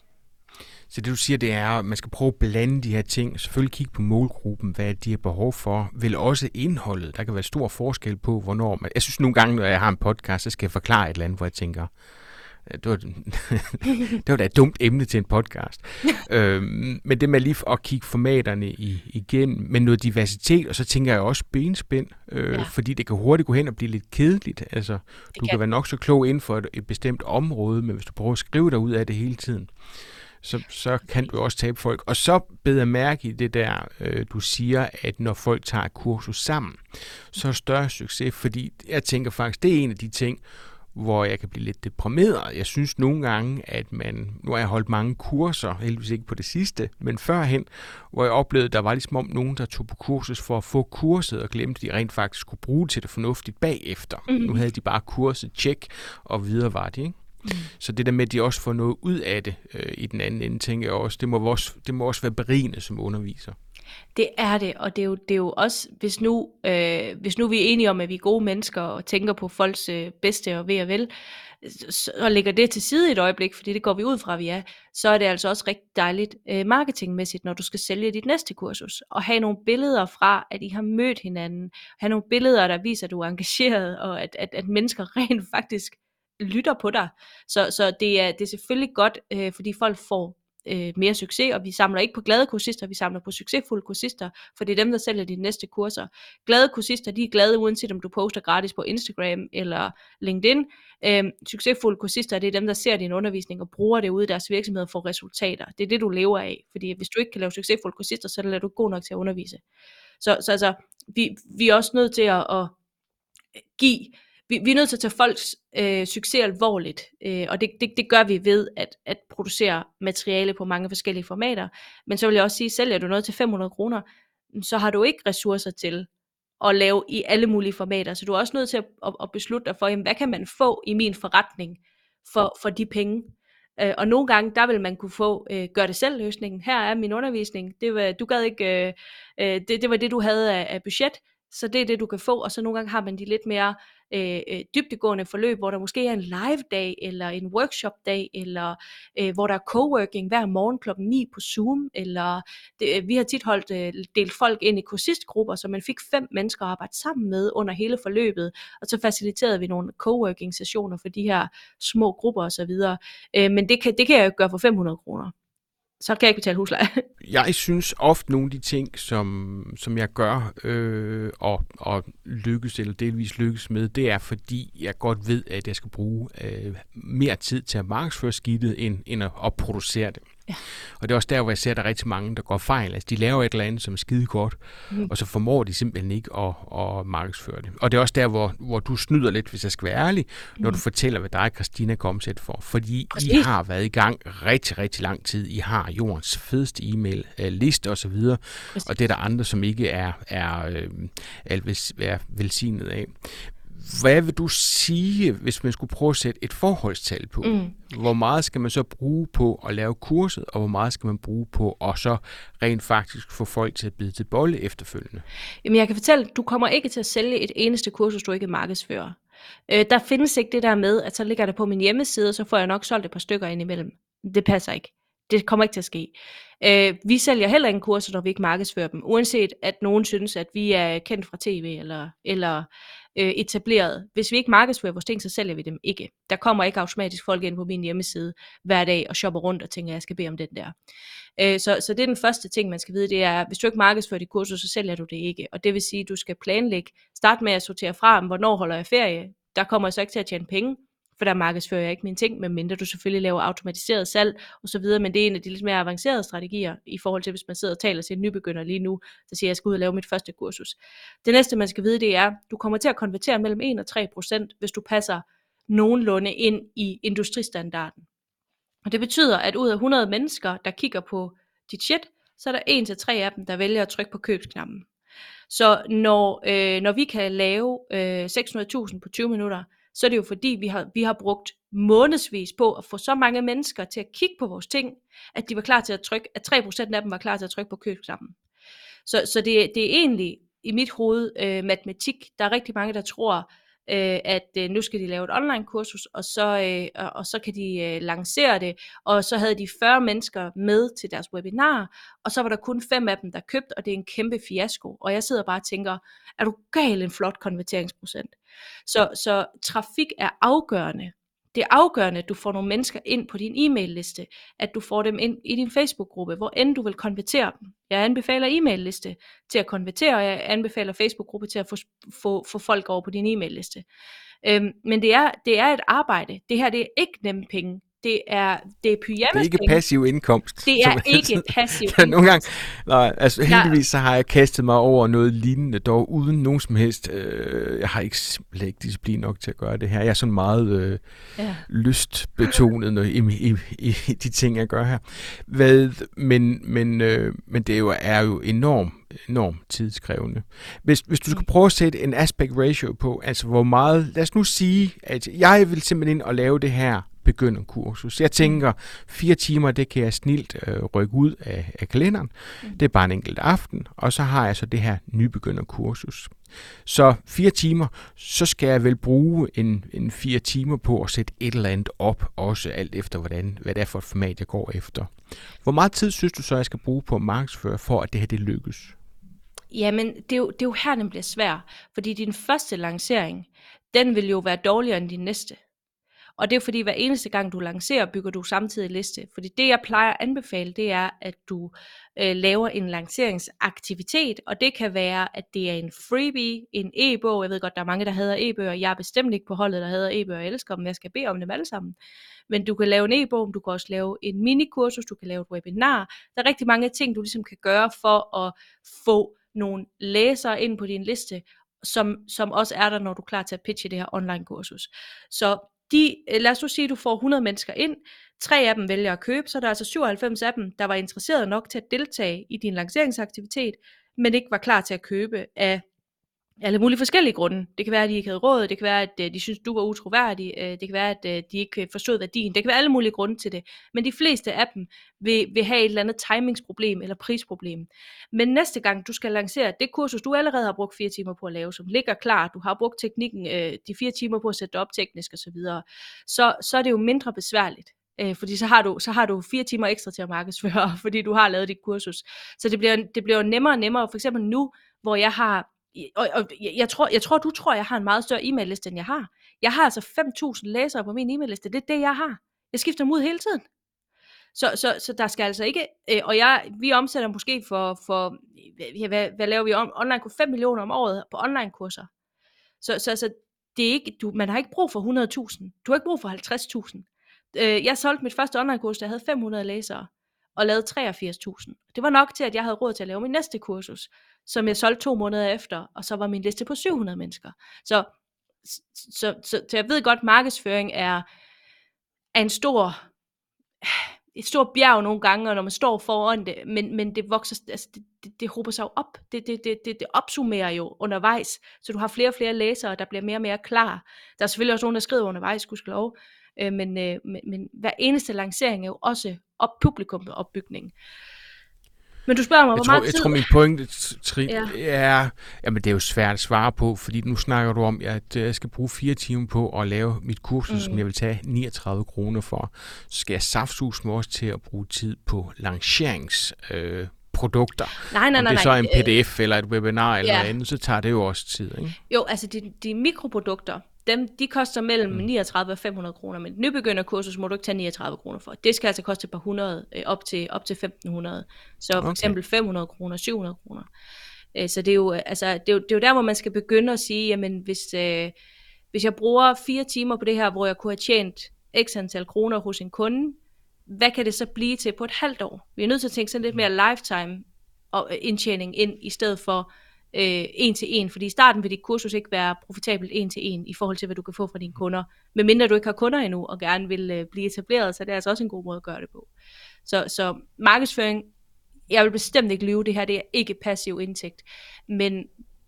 Så det du siger, det er, at man skal prøve at blande de her ting, selvfølgelig kigge på målgruppen, hvad de har behov for, vel også indholdet. Der kan være stor forskel på, hvornår man... Jeg synes nogle gange, når jeg har en podcast, så skal jeg forklare et eller andet, hvor jeg tænker, det var, det var da et dumt emne til en podcast. øhm, men det med lige at kigge formaterne i, igen, med noget diversitet, og så tænker jeg også benspænd, øh, ja. Fordi det kan hurtigt gå hen og blive lidt kedeligt. Altså, du kan. kan være nok så klog inden for et, et bestemt område, men hvis du prøver at skrive dig ud af det hele tiden, Så, så kan du også tabe folk. Og så beder jeg mærke i det der, øh, du siger, at når folk tager kursus sammen, så er større succes, fordi jeg tænker faktisk, det er en af de ting, hvor jeg kan blive lidt deprimeret. Jeg synes nogle gange, at man, nu har jeg holdt mange kurser, heldigvis ikke på det sidste, men førhen, hvor jeg oplevede, at der var ligesom om nogen, der tog på kursus for at få kurset, og glemte, at de rent faktisk skulle bruge til det fornuftigt bagefter. Mm-hmm. Nu havde de bare kurset, tjek, og videre var det, ikke? Mm. Så det der med, at de også får noget ud af det øh, i den anden ende, tænker jeg også, det må også, det må også være berigende som underviser. Det er det, og det er jo, det er jo også, hvis nu, øh, hvis nu vi er enige om, at vi er gode mennesker og tænker på folks øh, bedste og ved og vel, så, og lægger det til side et øjeblik, fordi det går vi ud fra, at vi er, så er det altså også rigtig dejligt øh, marketingmæssigt, når du skal sælge dit næste kursus, og have nogle billeder fra, at I har mødt hinanden, have nogle billeder, der viser, at du er engageret, og at, at, at mennesker rent faktisk lytter på dig. Så, så det, er, det er selvfølgelig godt, øh, fordi folk får øh, mere succes, og vi samler ikke på glade kursister, vi samler på succesfulde kursister, for det er dem, der sælger de næste kurser. Glade kursister, de er glade, uanset om du poster gratis på Instagram eller LinkedIn. Øh, succesfulde kursister, det er dem, der ser din undervisning og bruger det ude i deres virksomhed og får resultater. Det er det, du lever af, fordi hvis du ikke kan lave succesfulde kursister, så er du god nok til at undervise. Så, så altså, vi, vi er også nødt til at, at give Vi, vi er nødt til at tage folks øh, succes alvorligt, øh, og det, det, det gør vi ved at, at producere materiale på mange forskellige formater. Men så vil jeg også sige, sælger du noget til fem hundrede kroner, så har du ikke ressourcer til at lave i alle mulige formater. Så du er også nødt til at, at, at beslutte dig for, jamen, hvad kan man få i min forretning for, for de penge. Øh, og nogle gange, der vil man kunne få øh, gør det selv løsningen. Her er min undervisning. Det var, du gad ikke, øh, øh, det, det var det, du havde af, af budget. Så det er det, du kan få, og så nogle gange har man de lidt mere øh, dybdegående forløb, hvor der måske er en live-dag, eller en workshop-dag, eller øh, hvor der er coworking hver morgen klokken ni på Zoom, eller det, vi har tit holdt øh, delt folk ind i kursistgrupper, så man fik fem mennesker at arbejde sammen med under hele forløbet, og så faciliterede vi nogle coworking-sessioner for de her små grupper osv. Øh, men det kan, det kan jeg jo gøre for fem hundrede kroner. Så kan jeg ikke betale husleje. Jeg synes ofte nogle af de ting, som, som jeg gør øh, og, og lykkes eller delvis lykkes med, det er fordi, jeg godt ved, at jeg skal bruge øh, mere tid til at markedsføre skidtet, end, end at, at producere det. Ja. Og det er også der, hvor jeg ser, at der er rigtig mange, der går fejl. Altså, de laver et eller andet, som er skide godt, mm. og så formår de simpelthen ikke at, at markedsføre det. Og det er også der, hvor, hvor du snyder lidt, hvis jeg skal være ærlig, når mm. du fortæller, hvad dig og Christina kom sæt for. Fordi Præcis. I har været i gang rigtig, rigtig lang tid. I har jordens fedeste e-mail-liste osv., og, og det er der andre, som ikke er, er, øh, er velsignet af. Hvad vil du sige, hvis man skulle prøve at sætte et forholdstal på? Mm. Hvor meget skal man så bruge på at lave kurset, og hvor meget skal man bruge på at så rent faktisk få folk til at bide til bolle efterfølgende? Jamen jeg kan fortælle, at du kommer ikke til at sælge et eneste kursus, du ikke markedsfører. Øh, der findes ikke det der med, at så ligger det på min hjemmeside, og så får jeg nok solgt et par stykker indimellem. Det passer ikke. Det kommer ikke til at ske. Øh, vi sælger heller ikke kurser, når vi ikke markedsfører dem, uanset at nogen synes, at vi er kendt fra tv eller, eller øh, etableret. Hvis vi ikke markedsfører vores ting, så sælger vi dem ikke. Der kommer ikke automatisk folk ind på min hjemmeside hver dag og shopper rundt og tænker, at jeg skal bede om den der. Øh, så, så det er den første ting, man skal vide, det er, hvis du ikke markedsfører dit kursus, så sælger du det ikke. Og det vil sige, at du skal planlægge, start med at sortere fra, hvornår holder jeg ferie. Der kommer jeg så ikke til at tjene penge, for der markedsfører jeg ikke mine ting, medmindre du selvfølgelig laver automatiseret salg og så videre, men det er en af de lidt mere avancerede strategier i forhold til, hvis man sidder og taler til en nybegynder lige nu, der siger, at jeg skal ud og lave mit første kursus. Det næste, man skal vide, det er, du kommer til at konvertere mellem en og tre procent, hvis du passer nogenlunde ind i industristandarden. Og det betyder, at ud af hundrede mennesker, der kigger på dit shit, så er der en til tre af dem, der vælger at trykke på købsknappen. Så når, øh, når vi kan lave øh, seks hundrede tusind på tyve minutter, så er det jo fordi, vi har, vi har brugt månedsvis på at få så mange mennesker til at kigge på vores ting, at de var klar til at trykke, at tre procent af dem var klar til at trykke på købsknappen. Så, så det, det er egentlig i mit hoved øh, matematik. Der er rigtig mange, der tror, øh, at øh, nu skal de lave et online kursus, og så, øh, og, og så kan de øh, lancere det, og så havde de fyrre mennesker med til deres webinar, og så var der kun fem af dem, der købte, og det er en kæmpe fiasko. Og jeg sidder bare og tænker, er du gal en flot konverteringsprocent? Så, så trafik er afgørende. Det er afgørende, at du får nogle mennesker ind på din e-mail-liste, at du får dem ind i din Facebook-gruppe, hvor end du vil konvertere dem. Jeg anbefaler e-mail-liste til at konvertere, og jeg anbefaler Facebook-gruppe til at få, få, få folk over på din e-mail-liste. Øhm, men det er, det er et arbejde. Det her det er ikke nemme penge. det er, det er pyjamas. Det er ikke passiv indkomst. Det er ikke passiv indkomst. Nogle gange, nej, altså heldigvis så har jeg kastet mig over noget lignende, dog uden nogen som helst. Øh, jeg har ikke, ikke disciplin nok til at gøre det her. Jeg er sådan meget øh, ja. lystbetonet når, i, i, i, i de ting, jeg gør her. Hvad, men, men, øh, men det er jo, er jo enormt enormt tidskrævende. Hvis, hvis du skulle prøve at sætte en aspect ratio på, altså hvor meget, lad os nu sige, at jeg vil simpelthen ind og lave det her begynderkursus. Jeg tænker, fire timer, det kan jeg snilt øh, rykke ud af, af kalenderen. Det er bare en enkelt aften, og så har jeg så det her nybegynderkursus. Så fire timer, så skal jeg vel bruge en, en fire timer på at sætte et eller andet op, også alt efter, hvordan, hvad det er for et format, jeg går efter. Hvor meget tid synes du så, jeg skal bruge på at markedsføre, for at det her det lykkes? Jamen, det er, jo, det er jo her, den bliver svær. Fordi din første lancering, den vil jo være dårligere end din næste. Og det er fordi, hver eneste gang du lancerer, bygger du samtidig liste. Fordi det, jeg plejer at anbefale, det er, at du øh, laver en lanceringsaktivitet. Og det kan være, at det er en freebie, en e-bog. Jeg ved godt, der er mange, der hader e-bøger. Jeg er bestemt ikke på holdet, der hader e-bøger. Jeg elsker dem, jeg skal bede om dem alle sammen. Men du kan lave en e-bog, du kan også lave en minikursus, du kan lave et webinar. Der er rigtig mange ting, du ligesom kan gøre for at få nogle læsere ind på din liste, som, som også er der, når du er klar til at pitche det her online-kursus. Så de, lad os nu sige, at du får hundrede mennesker ind, tre af dem vælger at købe, så er der altså syvoghalvfems af dem, der var interesseret nok til at deltage i din lanceringsaktivitet, men ikke var klar til at købe af alle mulige forskellige grunde. Det kan være, at de ikke havde råd, det kan være, at de synes du var utroværdig, det kan være, at de ikke forstod værdien, det kan være alle mulige grunde til det, men de fleste af dem vil, vil have et eller andet timingsproblem eller prisproblem. Men næste gang du skal lancere det kursus, du allerede har brugt fire timer på at lave, som ligger klar, du har brugt teknikken, de fire timer på at sætte det op teknisk og så videre, så, så er det jo mindre besværligt. Fordi så har, du, så har du fire timer ekstra til at markedsføre, fordi du har lavet dit kursus. Så det bliver, det bliver jo nemmere og nemmere, for eksempel nu, hvor jeg har Og, og jeg, tror, jeg tror, du tror, jeg har en meget større e-mail-liste, end jeg har. Jeg har altså fem tusind læsere på min e-mail-liste. Det er det, jeg har. Jeg skifter dem ud hele tiden. Så, så, så der skal altså ikke... Øh, og jeg, vi omsætter måske for... for ja, hvad, hvad laver vi om? Online fem millioner om året på online-kurser. Så, så altså, det er ikke, du, man har ikke brug for hundrede tusind. Du har ikke brug for halvtreds tusind. Øh, jeg solgte mit første online-kurs, der havde fem hundrede læsere. Og lavede treogfirs tusind. Det var nok til, at jeg havde råd til at lave min næste kursus, som jeg solgte to måneder efter, og så var min liste på syv hundrede mennesker. Så, så, så, så jeg ved godt, at markedsføring er, er en stor, et stort bjerg nogle gange, og når man står foran det, men, men det vokser, altså det, det, det hober sig jo op. Det, det, det, det, det opsummerer jo undervejs, så du har flere og flere læsere, der bliver mere og mere klar. Der er selvfølgelig også nogen, der skriver undervejs, gudskelov. Men, øh, men, men hver eneste lancering er jo også op publikumopbygning. Men du spørger mig, jeg hvor tror, meget jeg tid... Jeg tror, min pointe tri- ja. er... Jamen, det er jo svært at svare på, fordi nu snakker du om, at jeg skal bruge fire timer på at lave mit kursus, mm. som jeg vil tage niogtredive kroner for. Så skal jeg saftsus mig også til at bruge tid på lanceringsprojekter. Øh, produkter. Nej, nej, nej, om det er så nej. en P D F eller et webinar eller ja. noget andet, så tager det jo også tid, ikke? Jo, altså de, de mikroprodukter, dem, de koster mellem mm. niogtredive og fem hundrede kroner, men et nybegynderkursus må du ikke tage niogtredive kroner for. Det skal altså koste et par hundrede, op til, op til femten hundrede. Så for okay. eksempel fem hundrede kroner, syv hundrede kroner. Så det er, jo, altså, det, er jo, det er jo der, hvor man skal begynde at sige, jamen hvis, øh, hvis jeg bruger fire timer på det her, hvor jeg kunne have tjent x antal kroner hos en kunde, hvad kan det så blive til på et halvt år? Vi er nødt til at tænke sådan lidt mere lifetime og indtjening ind, i stedet for øh, en til en, fordi i starten vil dit kursus ikke være profitabelt en til en, i forhold til, hvad du kan få fra dine kunder. Men mindre du ikke har kunder endnu, og gerne vil øh, blive etableret, så det er altså også en god måde at gøre det på. Så, så markedsføring, jeg vil bestemt ikke lyve, det her det er ikke passiv indtægt, men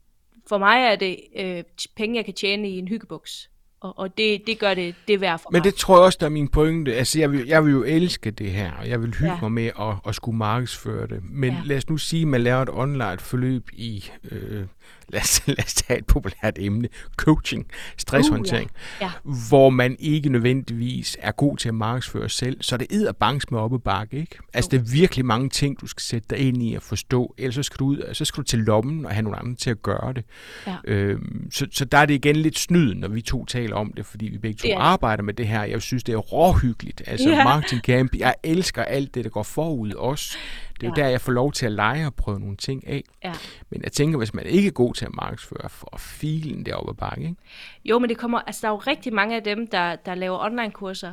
for mig er det øh, penge, jeg kan tjene i en hyggebuks. Og, og det, det gør det, det værd for Men mig. det tror jeg også, der er min pointe. Altså, jeg vil, jeg vil jo elske det her, og jeg vil hygge ja. mig med at, at skulle markedsføre det. Men ja. lad os nu sige, at man laver et online forløb i, øh, lad, os, lad os tage et populært emne, coaching, stresshåndtering, uh, ja. Ja. hvor man ikke nødvendigvis er god til at markedsføre selv, så det edderbanks med op ad bakke, ikke? Altså, det er virkelig mange ting, du skal sætte dig ind i at forstå, ellers så skal du, ud, så skal du til lommen og have nogle andre til at gøre det. Ja. Øh, så, så der er det igen lidt snyd, når vi to taler om det, fordi vi begge to yeah. arbejder med det her. Jeg synes, det er råhyggeligt. Altså yeah. marketing camp, jeg elsker alt det, der går forud også. Det er jo ja. der, jeg får lov til at lege og prøve nogle ting af. Ja. Men jeg tænker, hvis man ikke er god til at markedsføre, for filen deroppe ad bakke, ikke? Jo, men det kommer, altså der er jo rigtig mange af dem, der, der laver online-kurser,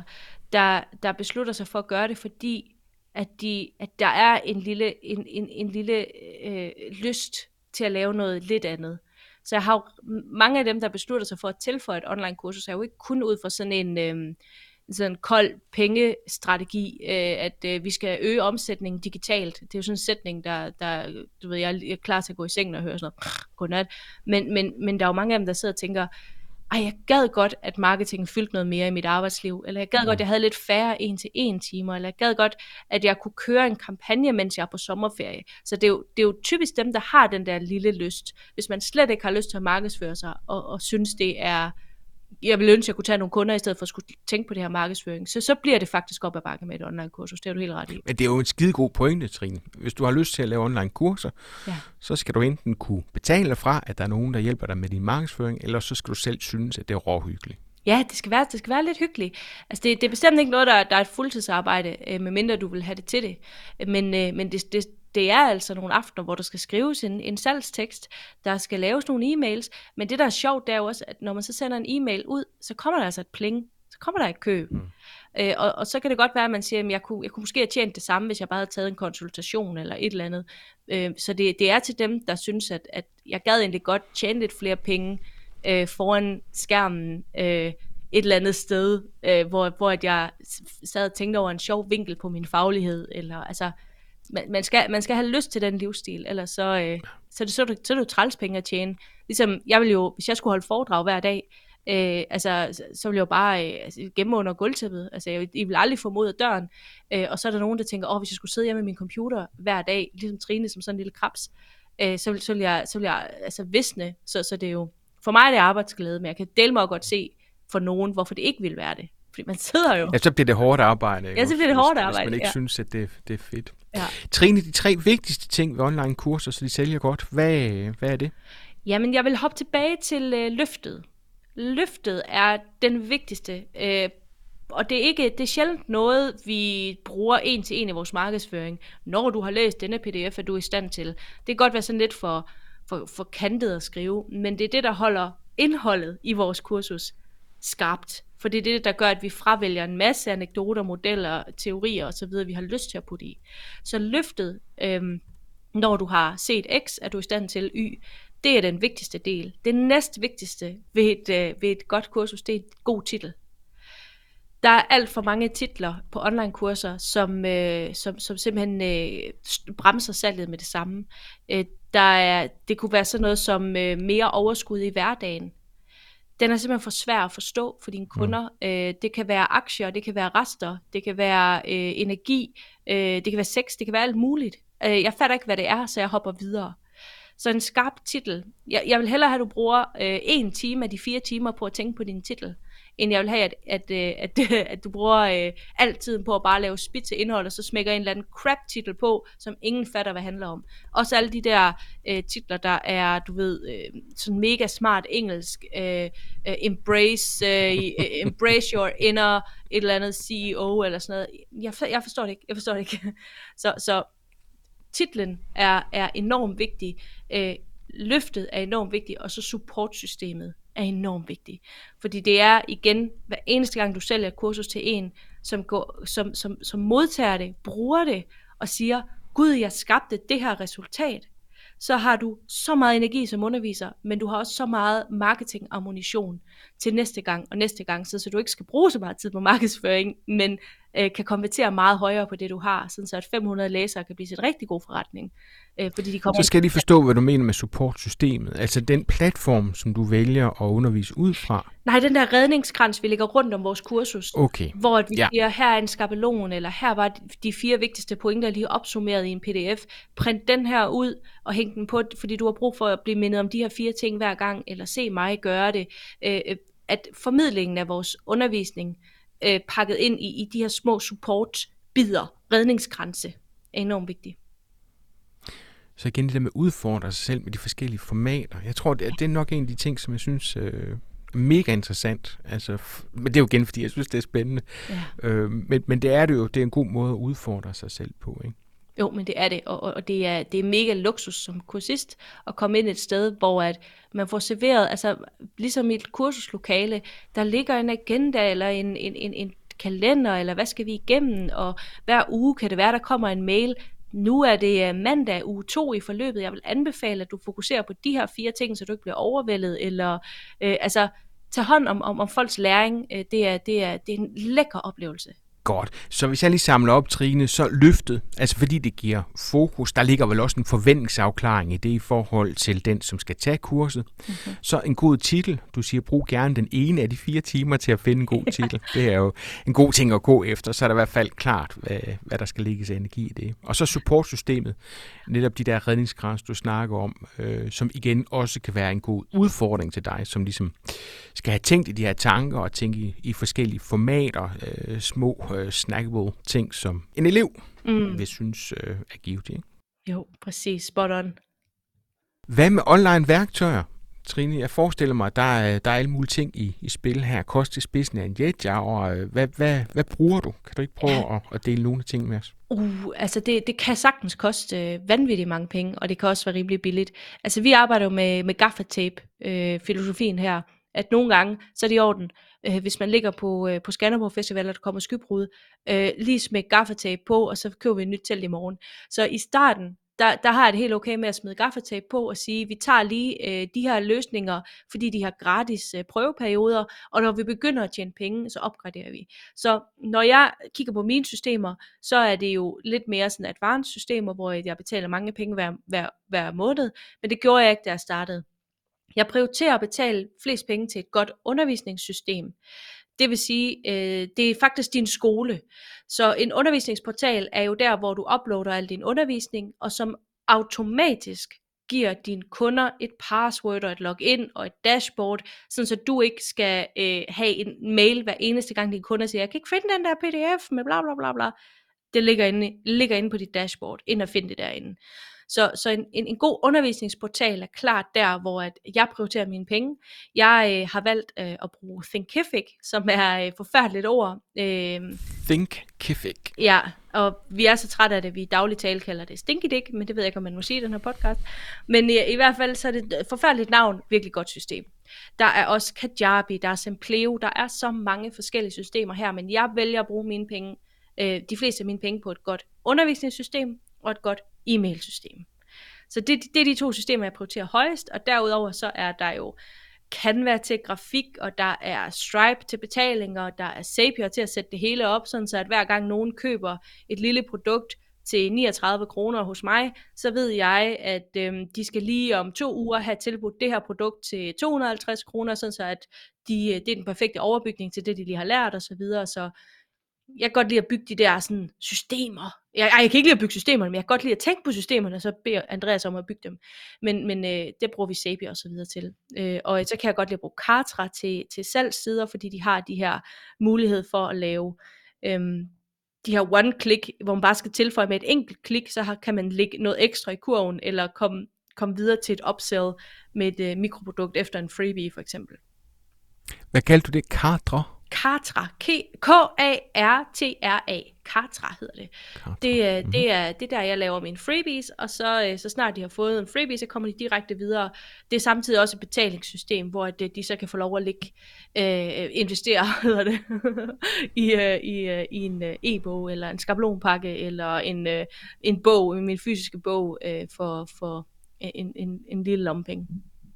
der, der beslutter sig for at gøre det, fordi at, de, at der er en lille, en, en, en lille øh, lyst til at lave noget lidt andet. Så jeg har jo, mange af dem, der beslutter sig for at tilføje et online-kursus, er jo ikke kun ud fra sådan en øh, sådan en kold pengestrategi, øh, at øh, vi skal øge omsætningen digitalt. Det er jo sådan en sætning, der, der du ved, jeg er klar til at gå i sengen og høre sådan noget, godnat. Men, men, men der er jo mange af dem, der sidder og tænker, ej, jeg gad godt, at marketing fyldte noget mere i mit arbejdsliv, eller jeg gad ja. godt, at jeg havde lidt færre en-til-en timer, eller jeg gad godt, at jeg kunne køre en kampagne, mens jeg er på sommerferie. Så det er jo, det er jo typisk dem, der har den der lille lyst. Hvis man slet ikke har lyst til at markedsføre sig, og, og synes, det er, jeg vil ønske, at jeg kunne tage nogle kunder, i stedet for at skulle tænke på det her markedsføring, så, så bliver det faktisk op ad bakke med et online-kursus. Det er du helt ret i. Men det er jo en skide god pointe, Trine. Hvis du har lyst til at lave online-kurser, ja. så skal du enten kunne betale dig fra, at der er nogen, der hjælper dig med din markedsføring, eller så skal du selv synes, at det er råhyggeligt. Ja, det skal være, det skal være lidt hyggeligt. Altså det, det er bestemt ikke noget, der, der er et fuldtidsarbejde, øh, medmindre du vil have det til det. Men, øh, men det, det, det er altså nogle aftener, hvor der skal skrives en, en salgstekst, der skal laves nogle e-mails, men det, der er sjovt, det er jo også, at når man så sender en e-mail ud, så kommer der altså et pling, så kommer der et køb. Mm. Øh, og, og så kan det godt være, at man siger, at jeg kunne, jeg kunne måske have tjent det samme, hvis jeg bare havde taget en konsultation eller et eller andet. Øh, så det, det er til dem, der synes, at, at jeg gad egentlig godt tjene lidt flere penge, Øh, foran skærmen øh, et eller andet sted, øh, hvor, hvor at jeg sad og tænkte over en sjov vinkel på min faglighed, eller altså, man, man, skal, man skal have lyst til den livsstil, ellers så, øh, så, er det, så, er det, så er det jo træls penge at tjene. Ligesom, jeg ville jo, hvis jeg skulle holde foredrag hver dag, øh, altså, så, så ville jeg jo bare øh, altså, gemme under gulvtæppet, altså, jeg, jeg ville aldrig få mod af døren, øh, og så er der nogen, der tænker, åh, hvis jeg skulle sidde hjemme med min computer hver dag, ligesom Trine, som sådan en lille krebs, øh, så, så ville jeg, så ville jeg altså visne, så, så det er jo for mig er det arbejdsglæde, men jeg kan dele mig og godt se for nogen, hvorfor det ikke vil være det. Fordi man sidder jo... Ja, så bliver det hårdt arbejde. Ja, så bliver det hårdt arbejde, hvis man ikke ja. synes, at det, det er fedt. Ja. Trine, de tre vigtigste ting ved online-kurser, så de sælger godt. Hvad, hvad er det? Jamen, jeg vil hoppe tilbage til øh, løftet. Løftet er den vigtigste, øh, og det er, ikke, det er sjældent noget, vi bruger en til en i vores markedsføring. Når du har læst denne pdf, er du i stand til. Det kan godt være sådan lidt for... For, for kantet at skrive, men det er det, der holder indholdet i vores kursus skarpt. For det er det, der gør, at vi fravælger en masse anekdoter, modeller, teorier osv., vi har lyst til at putte i. Så løftet, øhm, når du har set X, er du i stand til Y, det er den vigtigste del. Det næst vigtigste ved et, øh, ved et godt kursus, det er et god titel. Der er alt for mange titler på online-kurser, som, øh, som, som simpelthen øh, bremser salget med det samme. Øh, der er, det kunne være sådan noget som øh, mere overskud i hverdagen. Den er simpelthen for svær at forstå for dine kunder. Mm. Øh, det kan være aktier, det kan være rester, det kan være øh, energi, øh, det kan være sex, det kan være alt muligt. Øh, jeg fatter ikke, hvad det er, så jeg hopper videre. Så en skarp titel. Jeg, jeg vil hellere have, at du bruger øh, en time af de fire timer på at tænke på din titel, end jeg vil have, at, at, at, at, at du bruger øh, al tiden på at bare lave spild til indhold, og så smækker en eller anden crap-titel på, som ingen fatter, hvad det handler om. Også alle de der øh, titler, der er, du ved, øh, sådan mega smart engelsk, øh, øh, embrace, øh, embrace your inner, et eller andet C E O, eller sådan noget. Jeg, for, jeg forstår det ikke, jeg forstår det ikke. Så, så titlen er, er enormt vigtig, øh, løftet er enormt vigtigt, og så supportsystemet er enormt vigtigt. Fordi det er igen, hver eneste gang du sælger et kursus til en, som, går, som, som, som modtager det, bruger det, og siger, Gud, jeg skabte det her resultat, så har du så meget energi som underviser, men du har også så meget marketing-ammunition til næste gang og næste gang, så du ikke skal bruge så meget tid på markedsføring, men øh, kan konvertere meget højere på det, du har, sådan så at fem hundrede læsere kan blive til en rigtig god forretning. Øh, fordi de kommer så skal de forstå, hvad du mener med supportsystemet, altså den platform, som du vælger at undervise ud fra. Nej, den der redningskrans, vi lægger rundt om vores kursus, okay. hvor vi ja. siger, her er en skabelon, eller her var de fire vigtigste pointer lige opsummeret i en pdf. Print den her ud og hæng den på, fordi du har brug for at blive mindet om de her fire ting hver gang, eller se mig gøre det. Øh, at formidlingen af vores undervisning øh, pakket ind i, i de her små support-bidder, redningskranse, er enormt vigtigt. Så igen det der med at udfordre sig selv med de forskellige formater. Jeg tror, det er, det er nok en af de ting, som jeg synes øh, er mega interessant. Altså, f- men det er jo igen, fordi jeg synes, det er spændende. Ja. Øh, men, men det er det jo, det er en god måde at udfordre sig selv på, ikke? Jo, men det er det, og, og det, er, det er mega luksus som kursist at komme ind et sted, hvor at man får serveret, altså ligesom i et kursuslokale, der ligger en agenda eller en, en, en, en kalender, eller hvad skal vi igennem, og hver uge kan det være, der kommer en mail. Nu er det mandag uge to i forløbet. Jeg vil anbefale, at du fokuserer på de her fire ting, så du ikke bliver overvældet, eller øh, altså tage hånd om, om, om folks læring. Øh, det, er, det, er, det er en lækker oplevelse. Godt. Så hvis jeg lige samler op, Trine, så løftet, altså fordi det giver fokus, der ligger vel også en forventningsafklaring i det i forhold til den, som skal tage kurset. Mm-hmm. Så en god titel. Du siger, brug gerne den ene af de fire timer til at finde en god titel. Det er jo en god ting at gå efter, så er der i hvert fald klart, hvad, hvad der skal ligge af energi i det. Og så supportsystemet, netop de der redningskrans, du snakker om, øh, som igen også kan være en god udfordring til dig, som ligesom skal have tænkt i de her tanker og tænke i, i forskellige formater, øh, små øh, snackable ting, som en elev mm. vil synes øh, er givet. Ikke? Jo, præcis. Spot on. Hvad med online værktøjer, Trine? Jeg forestiller mig, at der er, der er alle mulige ting i, i spil her. Kost i spidsen af en jetjar, og øh, hvad, hvad, hvad bruger du? Kan du ikke prøve ja. at, at dele nogle ting med os? Uh, altså det, det kan sagtens koste øh, vanvittigt mange penge, og det kan også være rimelig billigt. Altså vi arbejder jo med, med gaffatape, øh, filosofien her, at nogle gange, så er det i orden, øh, hvis man ligger på, øh, på Skanderborg Festival, og der kommer skybrud, øh, lige smæk gaffatape på, og så køber vi et nyt telt i morgen. Så i starten, der, der har jeg det helt okay med at smide gaffatape på, og sige, vi tager lige øh, de her løsninger, fordi de har gratis øh, prøveperioder, og når vi begynder at tjene penge, så opgraderer vi. Så når jeg kigger på mine systemer, så er det jo lidt mere sådan advanced systemer, hvor jeg betaler mange penge hver, hver, hver måned, men det gjorde jeg ikke, da jeg startede. Jeg prioriterer at betale flest penge til et godt undervisningssystem. Det vil sige, øh, det er faktisk din skole. Så en undervisningsportal er jo der, hvor du uploader al din undervisning, og som automatisk giver dine kunder et password og et login og et dashboard, sådan så du ikke skal øh, have en mail hver eneste gang dine kunder siger, jeg kan ikke finde den der P D F med bla bla bla bla. Det ligger inde, ligger inde på dit dashboard, ind og find det derinde. Så, så en, en, en god undervisningsportal er klart der, hvor at jeg prioriterer mine penge. Jeg øh, har valgt øh, at bruge Thinkific, som er et øh, forfærdeligt ord. Øh, Thinkific. Ja, og vi er så trætte af det, vi i daglig tale kalder det Stinky Dick, men det ved jeg ikke, om man må sige i den her podcast. Men øh, i hvert fald så er det et forfærdeligt navn, virkelig godt system. Der er også Kajabi, der er Sempleo, der er så mange forskellige systemer her, men jeg vælger at bruge mine penge, øh, de fleste af mine penge på et godt undervisningssystem og et godt e-mailsystem. Så det, det er de to systemer, jeg prioriterer højest, og derudover så er der jo Canva til grafik, og der er Stripe til betalinger, og der er Zapier til at sætte det hele op, sådan så at hver gang nogen køber et lille produkt til niogtredive kroner hos mig, så ved jeg, at øhm, de skal lige om to uger have tilbudt det her produkt til to hundrede og halvtreds kroner, sådan så at de, det er den perfekte overbygning til det, de lige har lært og så videre. Så jeg kan godt lide at bygge de der sådan, systemer. Jeg, jeg kan ikke lide at bygge systemerne, men jeg kan godt lide at tænke på systemerne, og så beder Andreas om at bygge dem. Men, men øh, det bruger vi Zapier og så videre til. Øh, og så kan jeg godt lide at bruge Kartra til, til salgssider, fordi de har de her mulighed for at lave øh, de her one-click, hvor man bare skal tilføje med et enkelt klik, så har, kan man lægge noget ekstra i kurven, eller komme, komme videre til et upsell med et øh, mikroprodukt efter en freebie for eksempel. Hvad kaldte du det? Kartra? Kartra, K A R T R A, Kartra hedder det. Kartra. Det, mm-hmm. det, er, det er der, jeg laver mine freebies, og så, så snart de har fået en freebie, så kommer de direkte videre. Det er samtidig også et betalingssystem, hvor de så kan få lov at lægge, øh, investere hedder det, i, øh, i, øh, i en øh, e-bog, eller en skabelonpakke, eller en, øh, en bog, min fysiske bog, øh, for, for en, en, en lille lommepenge.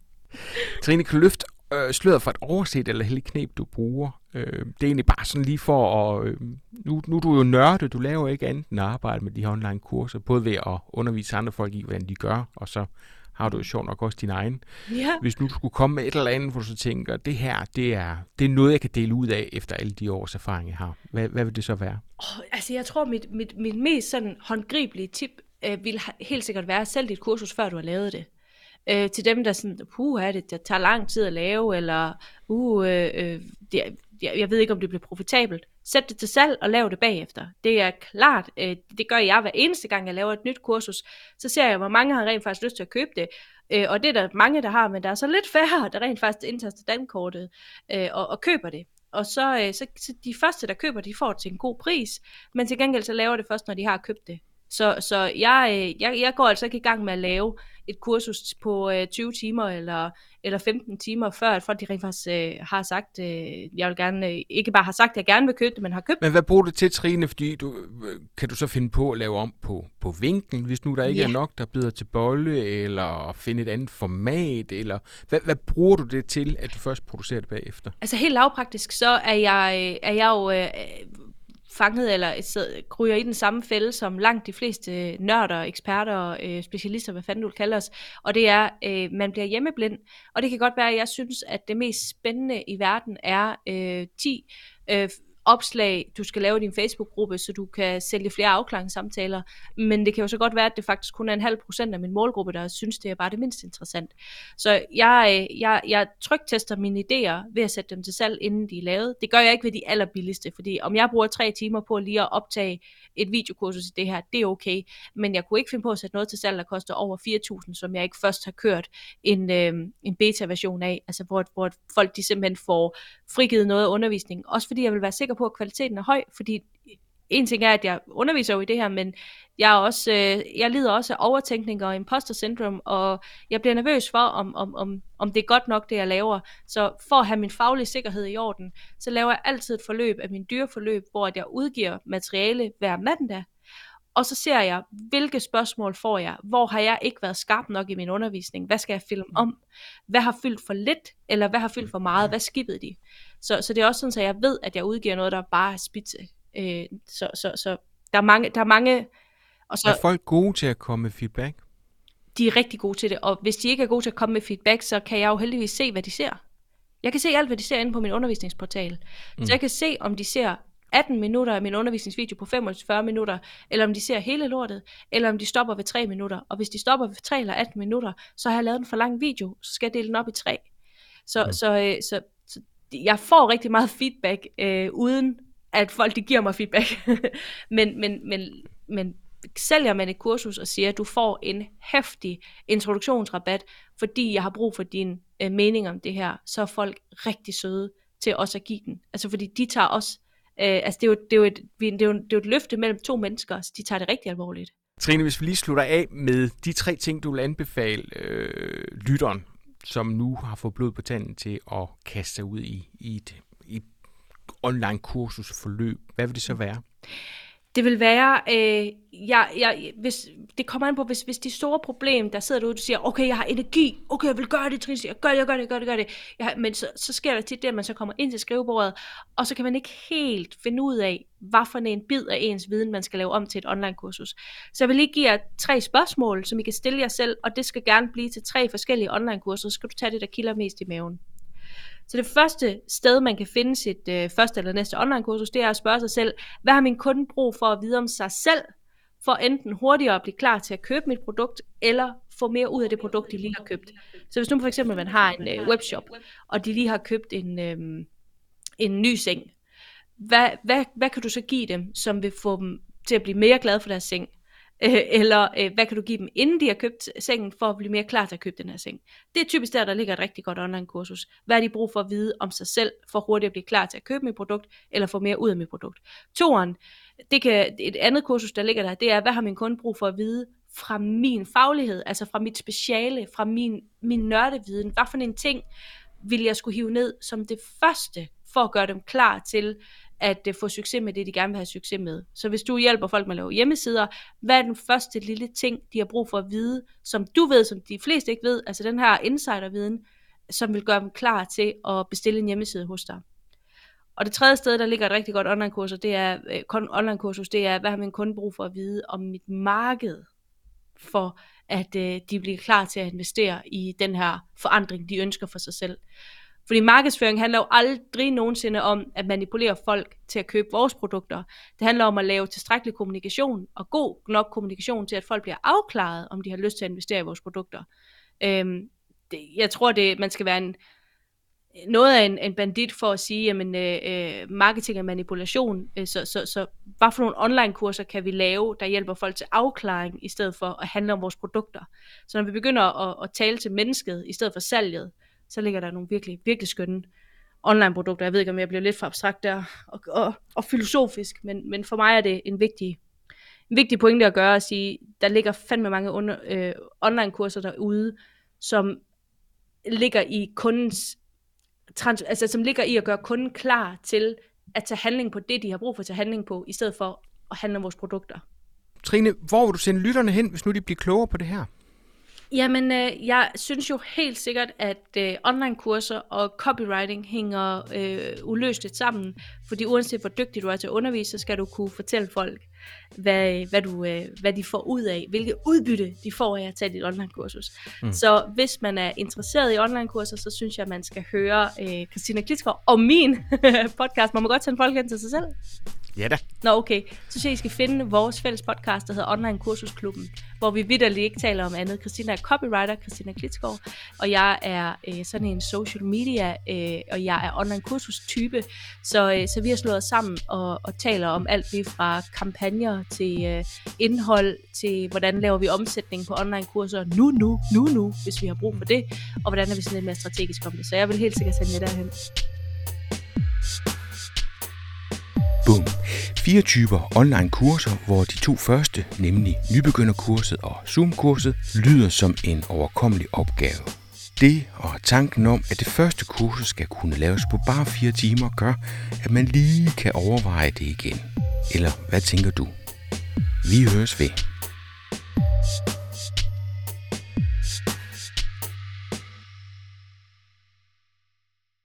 Trine, kan du løfte øh, sløret for et overset eller heldig knep, du bruger? Øh, det er egentlig bare sådan lige for at... Øh, nu, nu er du jo nørde, du laver ikke andet end at arbejde med de her online kurser, både ved at undervise andre folk i, hvordan de gør, og så har du jo sjovt nok også din egen. Ja. Hvis nu du skulle komme med et eller andet, hvor du så tænker, det her, det er, det er noget, jeg kan dele ud af, efter alle de års erfaring, jeg har. Hvad, hvad vil det så være? Oh, altså, jeg tror, mit, mit, mit mest sådan håndgribelige tip øh, vil helt sikkert være, sælg dit kursus, før du har lavet det. Øh, til dem, der sådan, puh, er det, det tager lang tid at lave, eller uh, øh, det, jeg, jeg ved ikke, om det bliver profitabelt. Sæt det til salg og lav det bagefter. Det er klart, øh, det gør jeg hver eneste gang, jeg laver et nyt kursus. Så ser jeg, hvor mange har rent faktisk lyst til at købe det. Øh, og det er der mange, der har, men der er så lidt færre, der rent faktisk indtaster dankortet øh, og, og køber det. Og så, øh, så, så de første, der køber, de får det til en god pris, men til gengæld så laver det først, når de har købt det. Så, så jeg, jeg, jeg går altså ikke i gang med at lave et kursus på øh, tyve timer eller, eller femten timer, før at folk de rent faktisk øh, har sagt, øh, jeg vil gerne, øh, ikke bare har sagt, at jeg gerne vil købe det, men har købt. Men hvad bruger du til, Trine? Fordi du, kan du så finde på at lave om på, på vinklen, hvis nu der ikke Ja. er nok, der bider til bolle, eller finde et andet format, eller hvad, hvad bruger du det til, at du først producerer det bagefter? Altså helt lavpraktisk, så er jeg, er jeg jo øh, fanget eller så ryger i den samme fælde som langt de fleste nørder, eksperter, øh, specialister, hvad fanden du vil kalde os, og det er, øh, man bliver hjemmeblind, og det kan godt være, at jeg synes, at det mest spændende i verden er øh, ti øh, opslag, du skal lave i din Facebook-gruppe, så du kan sælge flere afklaringssamtaler, men det kan jo så godt være, at det faktisk kun er en halv procent af min målgruppe, der synes, det er bare det mindst interessant. Så jeg, jeg, jeg tryktester mine idéer ved at sætte dem til salg, inden de er lavet. Det gør jeg ikke ved de allerbilligste, fordi om jeg bruger tre timer på lige at optage et videokursus i det her, det er okay, men jeg kunne ikke finde på at sætte noget til salg, der koster over fire tusind, som jeg ikke først har kørt en, øh, en beta-version af, altså hvor, hvor folk de simpelthen får frigivet noget af undervisning, også fordi jeg vil være sikker på, at kvaliteten er høj, fordi en ting er, at jeg underviser jo i det her, men jeg, er også, øh, jeg lider også af overtænkning og imposter syndrome, og jeg bliver nervøs for, om, om, om, om det er godt nok, det jeg laver. Så for at have min faglige sikkerhed i orden, så laver jeg altid et forløb af min dyreforløb, hvor jeg udgiver materiale hver mandag, og så ser jeg, hvilke spørgsmål får jeg, hvor har jeg ikke været skarp nok i min undervisning, hvad skal jeg filme om, hvad har fyldt for lidt, eller hvad har fyldt for meget, hvad skippede de. Så, så det er også sådan, at jeg ved, at jeg udgiver noget, der bare er spidse. Øh, så, så, så der er mange, der er mange og så, er folk gode til at komme med feedback? De er rigtig gode til det, og hvis de ikke er gode til at komme med feedback, så kan jeg jo heldigvis se, hvad de ser. Jeg kan se alt, hvad de ser inde på min undervisningsportal. Mm. Så jeg kan se, om de ser atten minutter af min undervisningsvideo på femogfyrre minutter, eller om de ser hele lortet, eller om de stopper ved tre minutter. Og hvis de stopper ved tre eller atten minutter, så har jeg lavet en for lang video, så skal jeg dele den op i tre. Så, mm. så, så, så, så jeg får rigtig meget feedback, øh, uden at folk de giver mig feedback. men, men, men, men sælger man et kursus og siger, at du får en heftig introduktionsrabat, fordi jeg har brug for din øh, mening om det her, så er folk rigtig søde til også at give den. Altså fordi de tager også, øh, altså det er, jo, det, er jo et, det, er jo, det er jo et løfte mellem to mennesker, så de tager det rigtig alvorligt. Trine, hvis vi lige slutter af med de tre ting, du vil anbefale øh, lytteren, som nu har fået blod på tanden til at kaste sig ud i, i et, et online kursusforløb. Hvad vil det så være? Det vil være, øh, jeg, jeg, hvis, det kommer an på, hvis, hvis de store problem, der sidder derude, du siger, okay, jeg har energi, okay, jeg vil gøre det, Trine, jeg gør det, jeg gør det, jeg gør det, jeg gør det. Jeg, men så, så sker der tit det, at man så kommer ind til skrivebordet, og så kan man ikke helt finde ud af, hvad for en bid af ens viden, man skal lave om til et online-kursus. Så jeg vil lige give jer tre spørgsmål, som I kan stille jer selv, og det skal gerne blive til tre forskellige online-kurser, så skal du tage det, der kilder mest i maven. Så det første sted, man kan finde sit øh, første eller næste online-kursus, det er at spørge sig selv, hvad har min kunde brug for at vide om sig selv, for enten hurtigere at blive klar til at købe mit produkt, eller få mere ud af det produkt, de lige har købt. Så hvis nu for eksempel man har en øh, webshop, og de lige har købt en, øh, en ny seng, hvad, hvad, hvad kan du så give dem, som vil få dem til at blive mere glade for deres seng? Eller øh, hvad kan du give dem, inden de har købt sengen, for at blive mere klar til at købe den her seng. Det er typisk der, der ligger et rigtig godt online-kursus. Hvad har de brug for at vide om sig selv, for hurtigt at blive klar til at købe mit produkt, eller få mere ud af mit produkt. Toeren, det kan, et andet kursus, der ligger der, det er, hvad har min kunde brug for at vide fra min faglighed, altså fra mit speciale, fra min, min nørdeviden. Hvad for en ting vil jeg skulle hive ned som det første, for at gøre dem klar til at få succes med det, de gerne vil have succes med. Så hvis du hjælper folk med at lave hjemmesider, hvad er den første lille ting, de har brug for at vide, som du ved, som de fleste ikke ved, altså den her insiderviden, som vil gøre dem klar til at bestille en hjemmeside hos dig. Og det tredje sted, der ligger et rigtig godt online-kursus, det er, øh, online-kursus, det er, hvad har min kunde brug for at vide om mit marked, for at øh, de bliver klar til at investere i den her forandring, de ønsker for sig selv. Fordi markedsføring handler jo aldrig nogensinde om at manipulere folk til at købe vores produkter. Det handler om at lave tilstrækkelig kommunikation og god nok kommunikation til, at folk bliver afklaret, om de har lyst til at investere i vores produkter. Øhm, det, jeg tror, det man skal være en, noget af en, en bandit for at sige, jamen øh, marketing er manipulation. Øh, så, så, så hvad for nogle online-kurser kan vi lave, der hjælper folk til afklaring, i stedet for at handle om vores produkter. Så når vi begynder at, at tale til mennesket, i stedet for salget, så ligger der nogle virkelig, virkelig skønne online-produkter. Jeg ved ikke, om jeg bliver lidt for abstrakt der, og, og, og filosofisk, men, men for mig er det en vigtig, vigtig pointe at gøre at sige, der ligger fandme mange under, øh, online-kurser derude, som ligger i kundens, trans, altså som ligger i at gøre kunden klar til at tage handling på det, de har brug for at tage handling på, i stedet for at handle om vores produkter. Trine, hvor vil du sende lytterne hen, hvis nu de bliver klogere på det her? Jamen, øh, jeg synes jo helt sikkert, at øh, online-kurser og copywriting hænger øh, uløseligt sammen, fordi uanset hvor dygtig du er til at undervise, så skal du kunne fortælle folk, hvad, hvad, du, øh, hvad de får ud af, hvilket udbytte de får af at tage dit online-kursus. Mm. Så hvis man er interesseret i online-kurser, så synes jeg, at man skal høre øh, Christina Klitsgaard og min podcast. Må man godt sende folk hen til sig selv? Ja da. Nå okay, så synes jeg, I skal finde vores fælles podcast, der hedder Online Kursusklubben, hvor vi vitterligt ikke taler om andet. Christina er copywriter, Christina Klitsgaard, og jeg er øh, sådan en social media, øh, og jeg er online kursus-type, så, øh, så vi har slået os sammen og, og taler om alt det fra kampagner til øh, indhold, til hvordan laver vi omsætning på online kurser nu, nu, nu, nu, hvis vi har brug for det, og hvordan er vi sådan lidt mere strategisk om det. Så jeg vil helt sikkert sende jer derhen. Boom. Fire typer online kurser, hvor de to første, nemlig nybegynderkurset og Zoom-kurset, lyder som en overkommelig opgave. Det og tanken om, at det første kursus skal kunne laves på bare fire timer, gør, at man lige kan overveje det igen. Eller hvad tænker du? Vi høres ved.